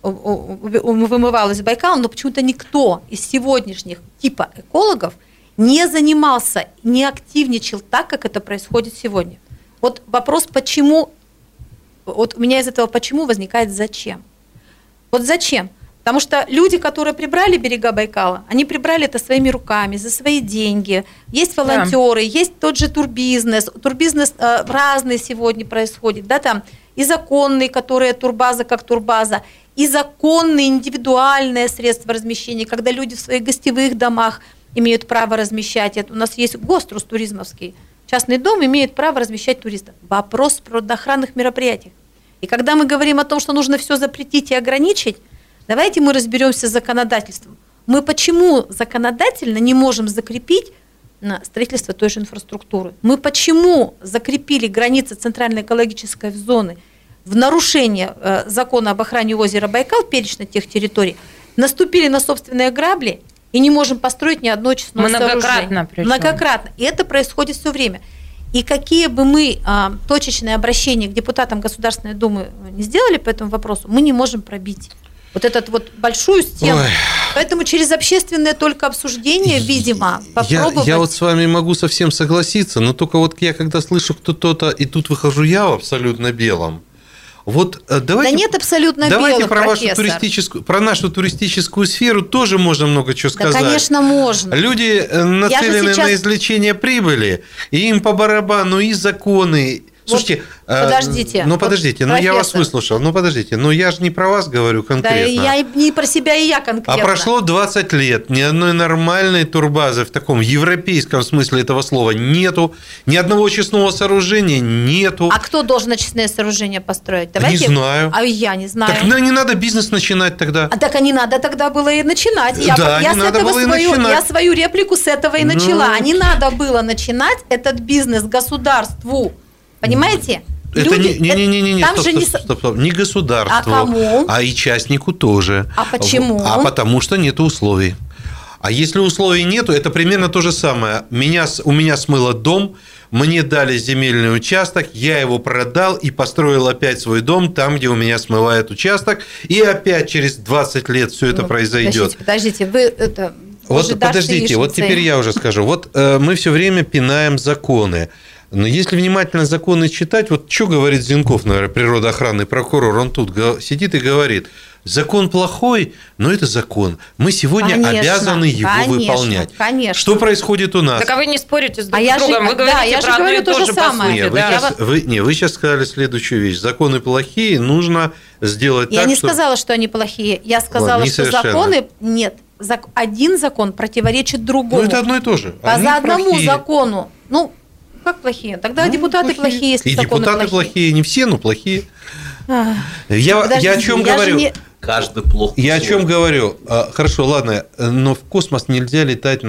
вымывалось в Байкал, но почему-то никто из сегодняшних типа экологов не занимался, не активничал так, как это происходит сегодня. Вот вопрос, почему, вот у меня из этого почему возникает зачем. Вот зачем? Потому что люди, которые прибрали берега Байкала, они прибрали это своими руками, за свои деньги. Есть волонтеры, да. Есть тот же турбизнес. Турбизнес э, разный сегодня происходит, да, там и законные, которые турбаза как турбаза, и законные индивидуальные средства размещения, когда люди в своих гостевых домах имеют право размещать. Это у нас есть ГОСТ туризмовский. Частный дом имеет право размещать туристов. Вопрос в природоохранных мероприятиях. И когда мы говорим о том, что нужно все запретить и ограничить, давайте мы разберемся с законодательством. Мы почему законодательно не можем закрепить на строительство той же инфраструктуры? Мы почему закрепили границы центральной экологической зоны в нарушение э, закона об охране озера Байкал, перечня тех территорий, наступили на собственные грабли и не можем построить ни одно очистное сооружение? Многократно причем. Многократно. И это происходит все время. И какие бы мы а, точечные обращения к депутатам Государственной Думы не сделали по этому вопросу, мы не можем пробить вот эту вот большую стену. Ой. Поэтому через общественное только обсуждение, видимо, попробовать. Я, я вот с вами могу совсем согласиться, но только вот я когда слышу кто-то, и тут выхожу я в абсолютно белом. Вот давайте, да нет абсолютно давайте белых, про, профессор. вашу туристическую, про нашу туристическую сферу тоже можно много чего сказать. Да, конечно, можно. Люди нацелены сейчас... на извлечение прибыли, и им по барабану и законы. Слушайте, вот, подождите. Ну, подождите, вот, ну я вас выслушал. Ну, подождите, ну я же не про вас говорю конкретно. Да, я не про себя и я конкретно. А прошло двадцать лет, ни одной нормальной турбазы в таком европейском смысле этого слова нету, ни одного очистного сооружения нету. А кто должен очистное сооружение построить? Давайте... Не знаю. А я не знаю. Так ну, не надо бизнес начинать тогда. А так а не надо тогда было и начинать. Я, да, я, не с надо этого было свою, и начинать. я свою реплику с этого и начала. Ну... А не надо было начинать этот бизнес государству. Понимаете? Это Люди, не, не, не, не, не, там стоп, же стоп, не... стоп, стоп, стоп, не государству, а, кому? а и частнику тоже. А почему? А потому что нет условий. А если условий нету, это примерно то же самое. Меня, у меня смыло дом, мне дали земельный участок, я его продал и построил опять свой дом там, где у меня смывает участок, и опять через двадцать лет все это ну, произойдет. Подождите, подождите, вы это... Вот подождите, вот теперь я уже скажу. Вот э, мы все время пинаем законы. Но если внимательно законы читать, вот что говорит Зенков, наверное, природоохранный прокурор, он тут сидит и говорит, закон плохой, но это закон. Мы сегодня конечно, обязаны его конечно, выполнять. Конечно. Что происходит у нас? Так а вы не спорите с друг а другом, же, вы говорите да, я про же говорю то же самое. Нет, вы, да? сейчас, вы, не, вы сейчас сказали следующую вещь. Законы плохие, нужно сделать я так, не что... сказала, что они плохие. Я сказала, Ладно, что законы... Нет, один закон противоречит другому. Ну, это одно и то же. По Они за одному плохие. закону. Ну, как плохие? Тогда ну, депутаты плохие, плохие если и законы депутаты плохие. плохие, не все, но плохие. А, я, я о чем я говорю? Не... Каждый плохо. Я о чем говорю? Хорошо, ладно, но в космос нельзя летать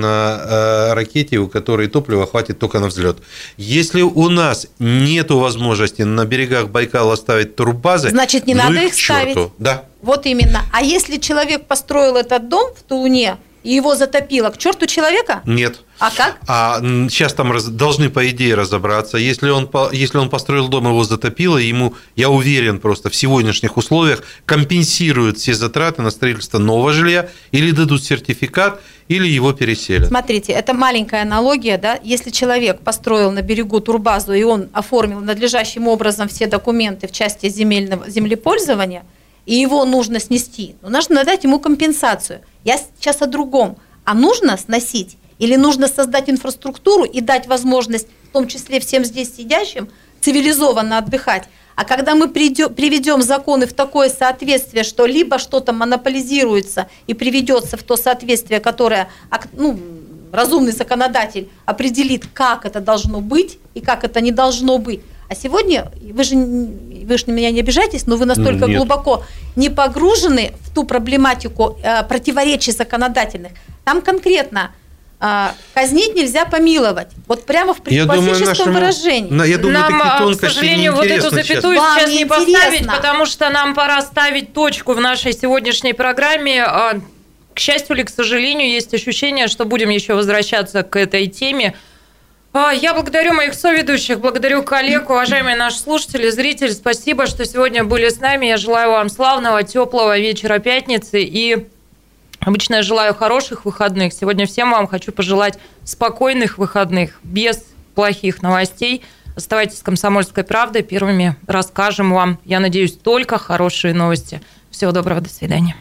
на ракете, у которой топлива хватит только на взлет. Если у нас нет возможности на берегах Байкала ставить турбазы, значит, не ну надо их их ставить. Да. Вот именно. А если человек построил этот дом в Тулуне, и его затопило, к черту человека? Нет. А как? А сейчас там раз, должны, по идее, разобраться. Если он, если он построил дом, его затопило, ему, я уверен, просто в сегодняшних условиях компенсируют все затраты на строительство нового жилья, или дадут сертификат, или его переселят. Смотрите, это маленькая аналогия, да? Если человек построил на берегу турбазу, и он оформил надлежащим образом все документы в части земельного, землепользования, и его нужно снести, ну, нужно дать ему компенсацию. Я сейчас о другом. А нужно сносить? Или нужно создать инфраструктуру и дать возможность, в том числе всем здесь сидящим, цивилизованно отдыхать? А когда мы придем, приведем законы в такое соответствие, что либо что-то монополизируется и приведется в то соответствие, которое, ну, разумный законодатель определит, как это должно быть и как это не должно быть. А сегодня, вы же, вы же на меня не обижайтесь, но вы настолько Нет. глубоко не погружены в ту проблематику э, противоречий законодательных. Там конкретно э, казнить нельзя помиловать. Вот прямо в классическом выражении. На, я думаю, нам, к сожалению, вот эту запятую сейчас, сейчас не поставить, потому что нам пора ставить точку в нашей сегодняшней программе. К счастью или к сожалению, есть ощущение, что будем еще возвращаться к этой теме. Я благодарю моих соведущих, благодарю коллег, уважаемые наши слушатели, зрители. Спасибо, что сегодня были с нами. Я желаю вам славного, теплого вечера пятницы. И обычно я желаю хороших выходных. Сегодня всем вам хочу пожелать спокойных выходных, без плохих новостей. Оставайтесь с «Комсомольской правдой». Первыми расскажем вам, я надеюсь, только хорошие новости. Всего доброго, до свидания.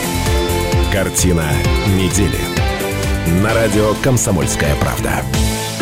Картина недели. На радио «Комсомольская правда».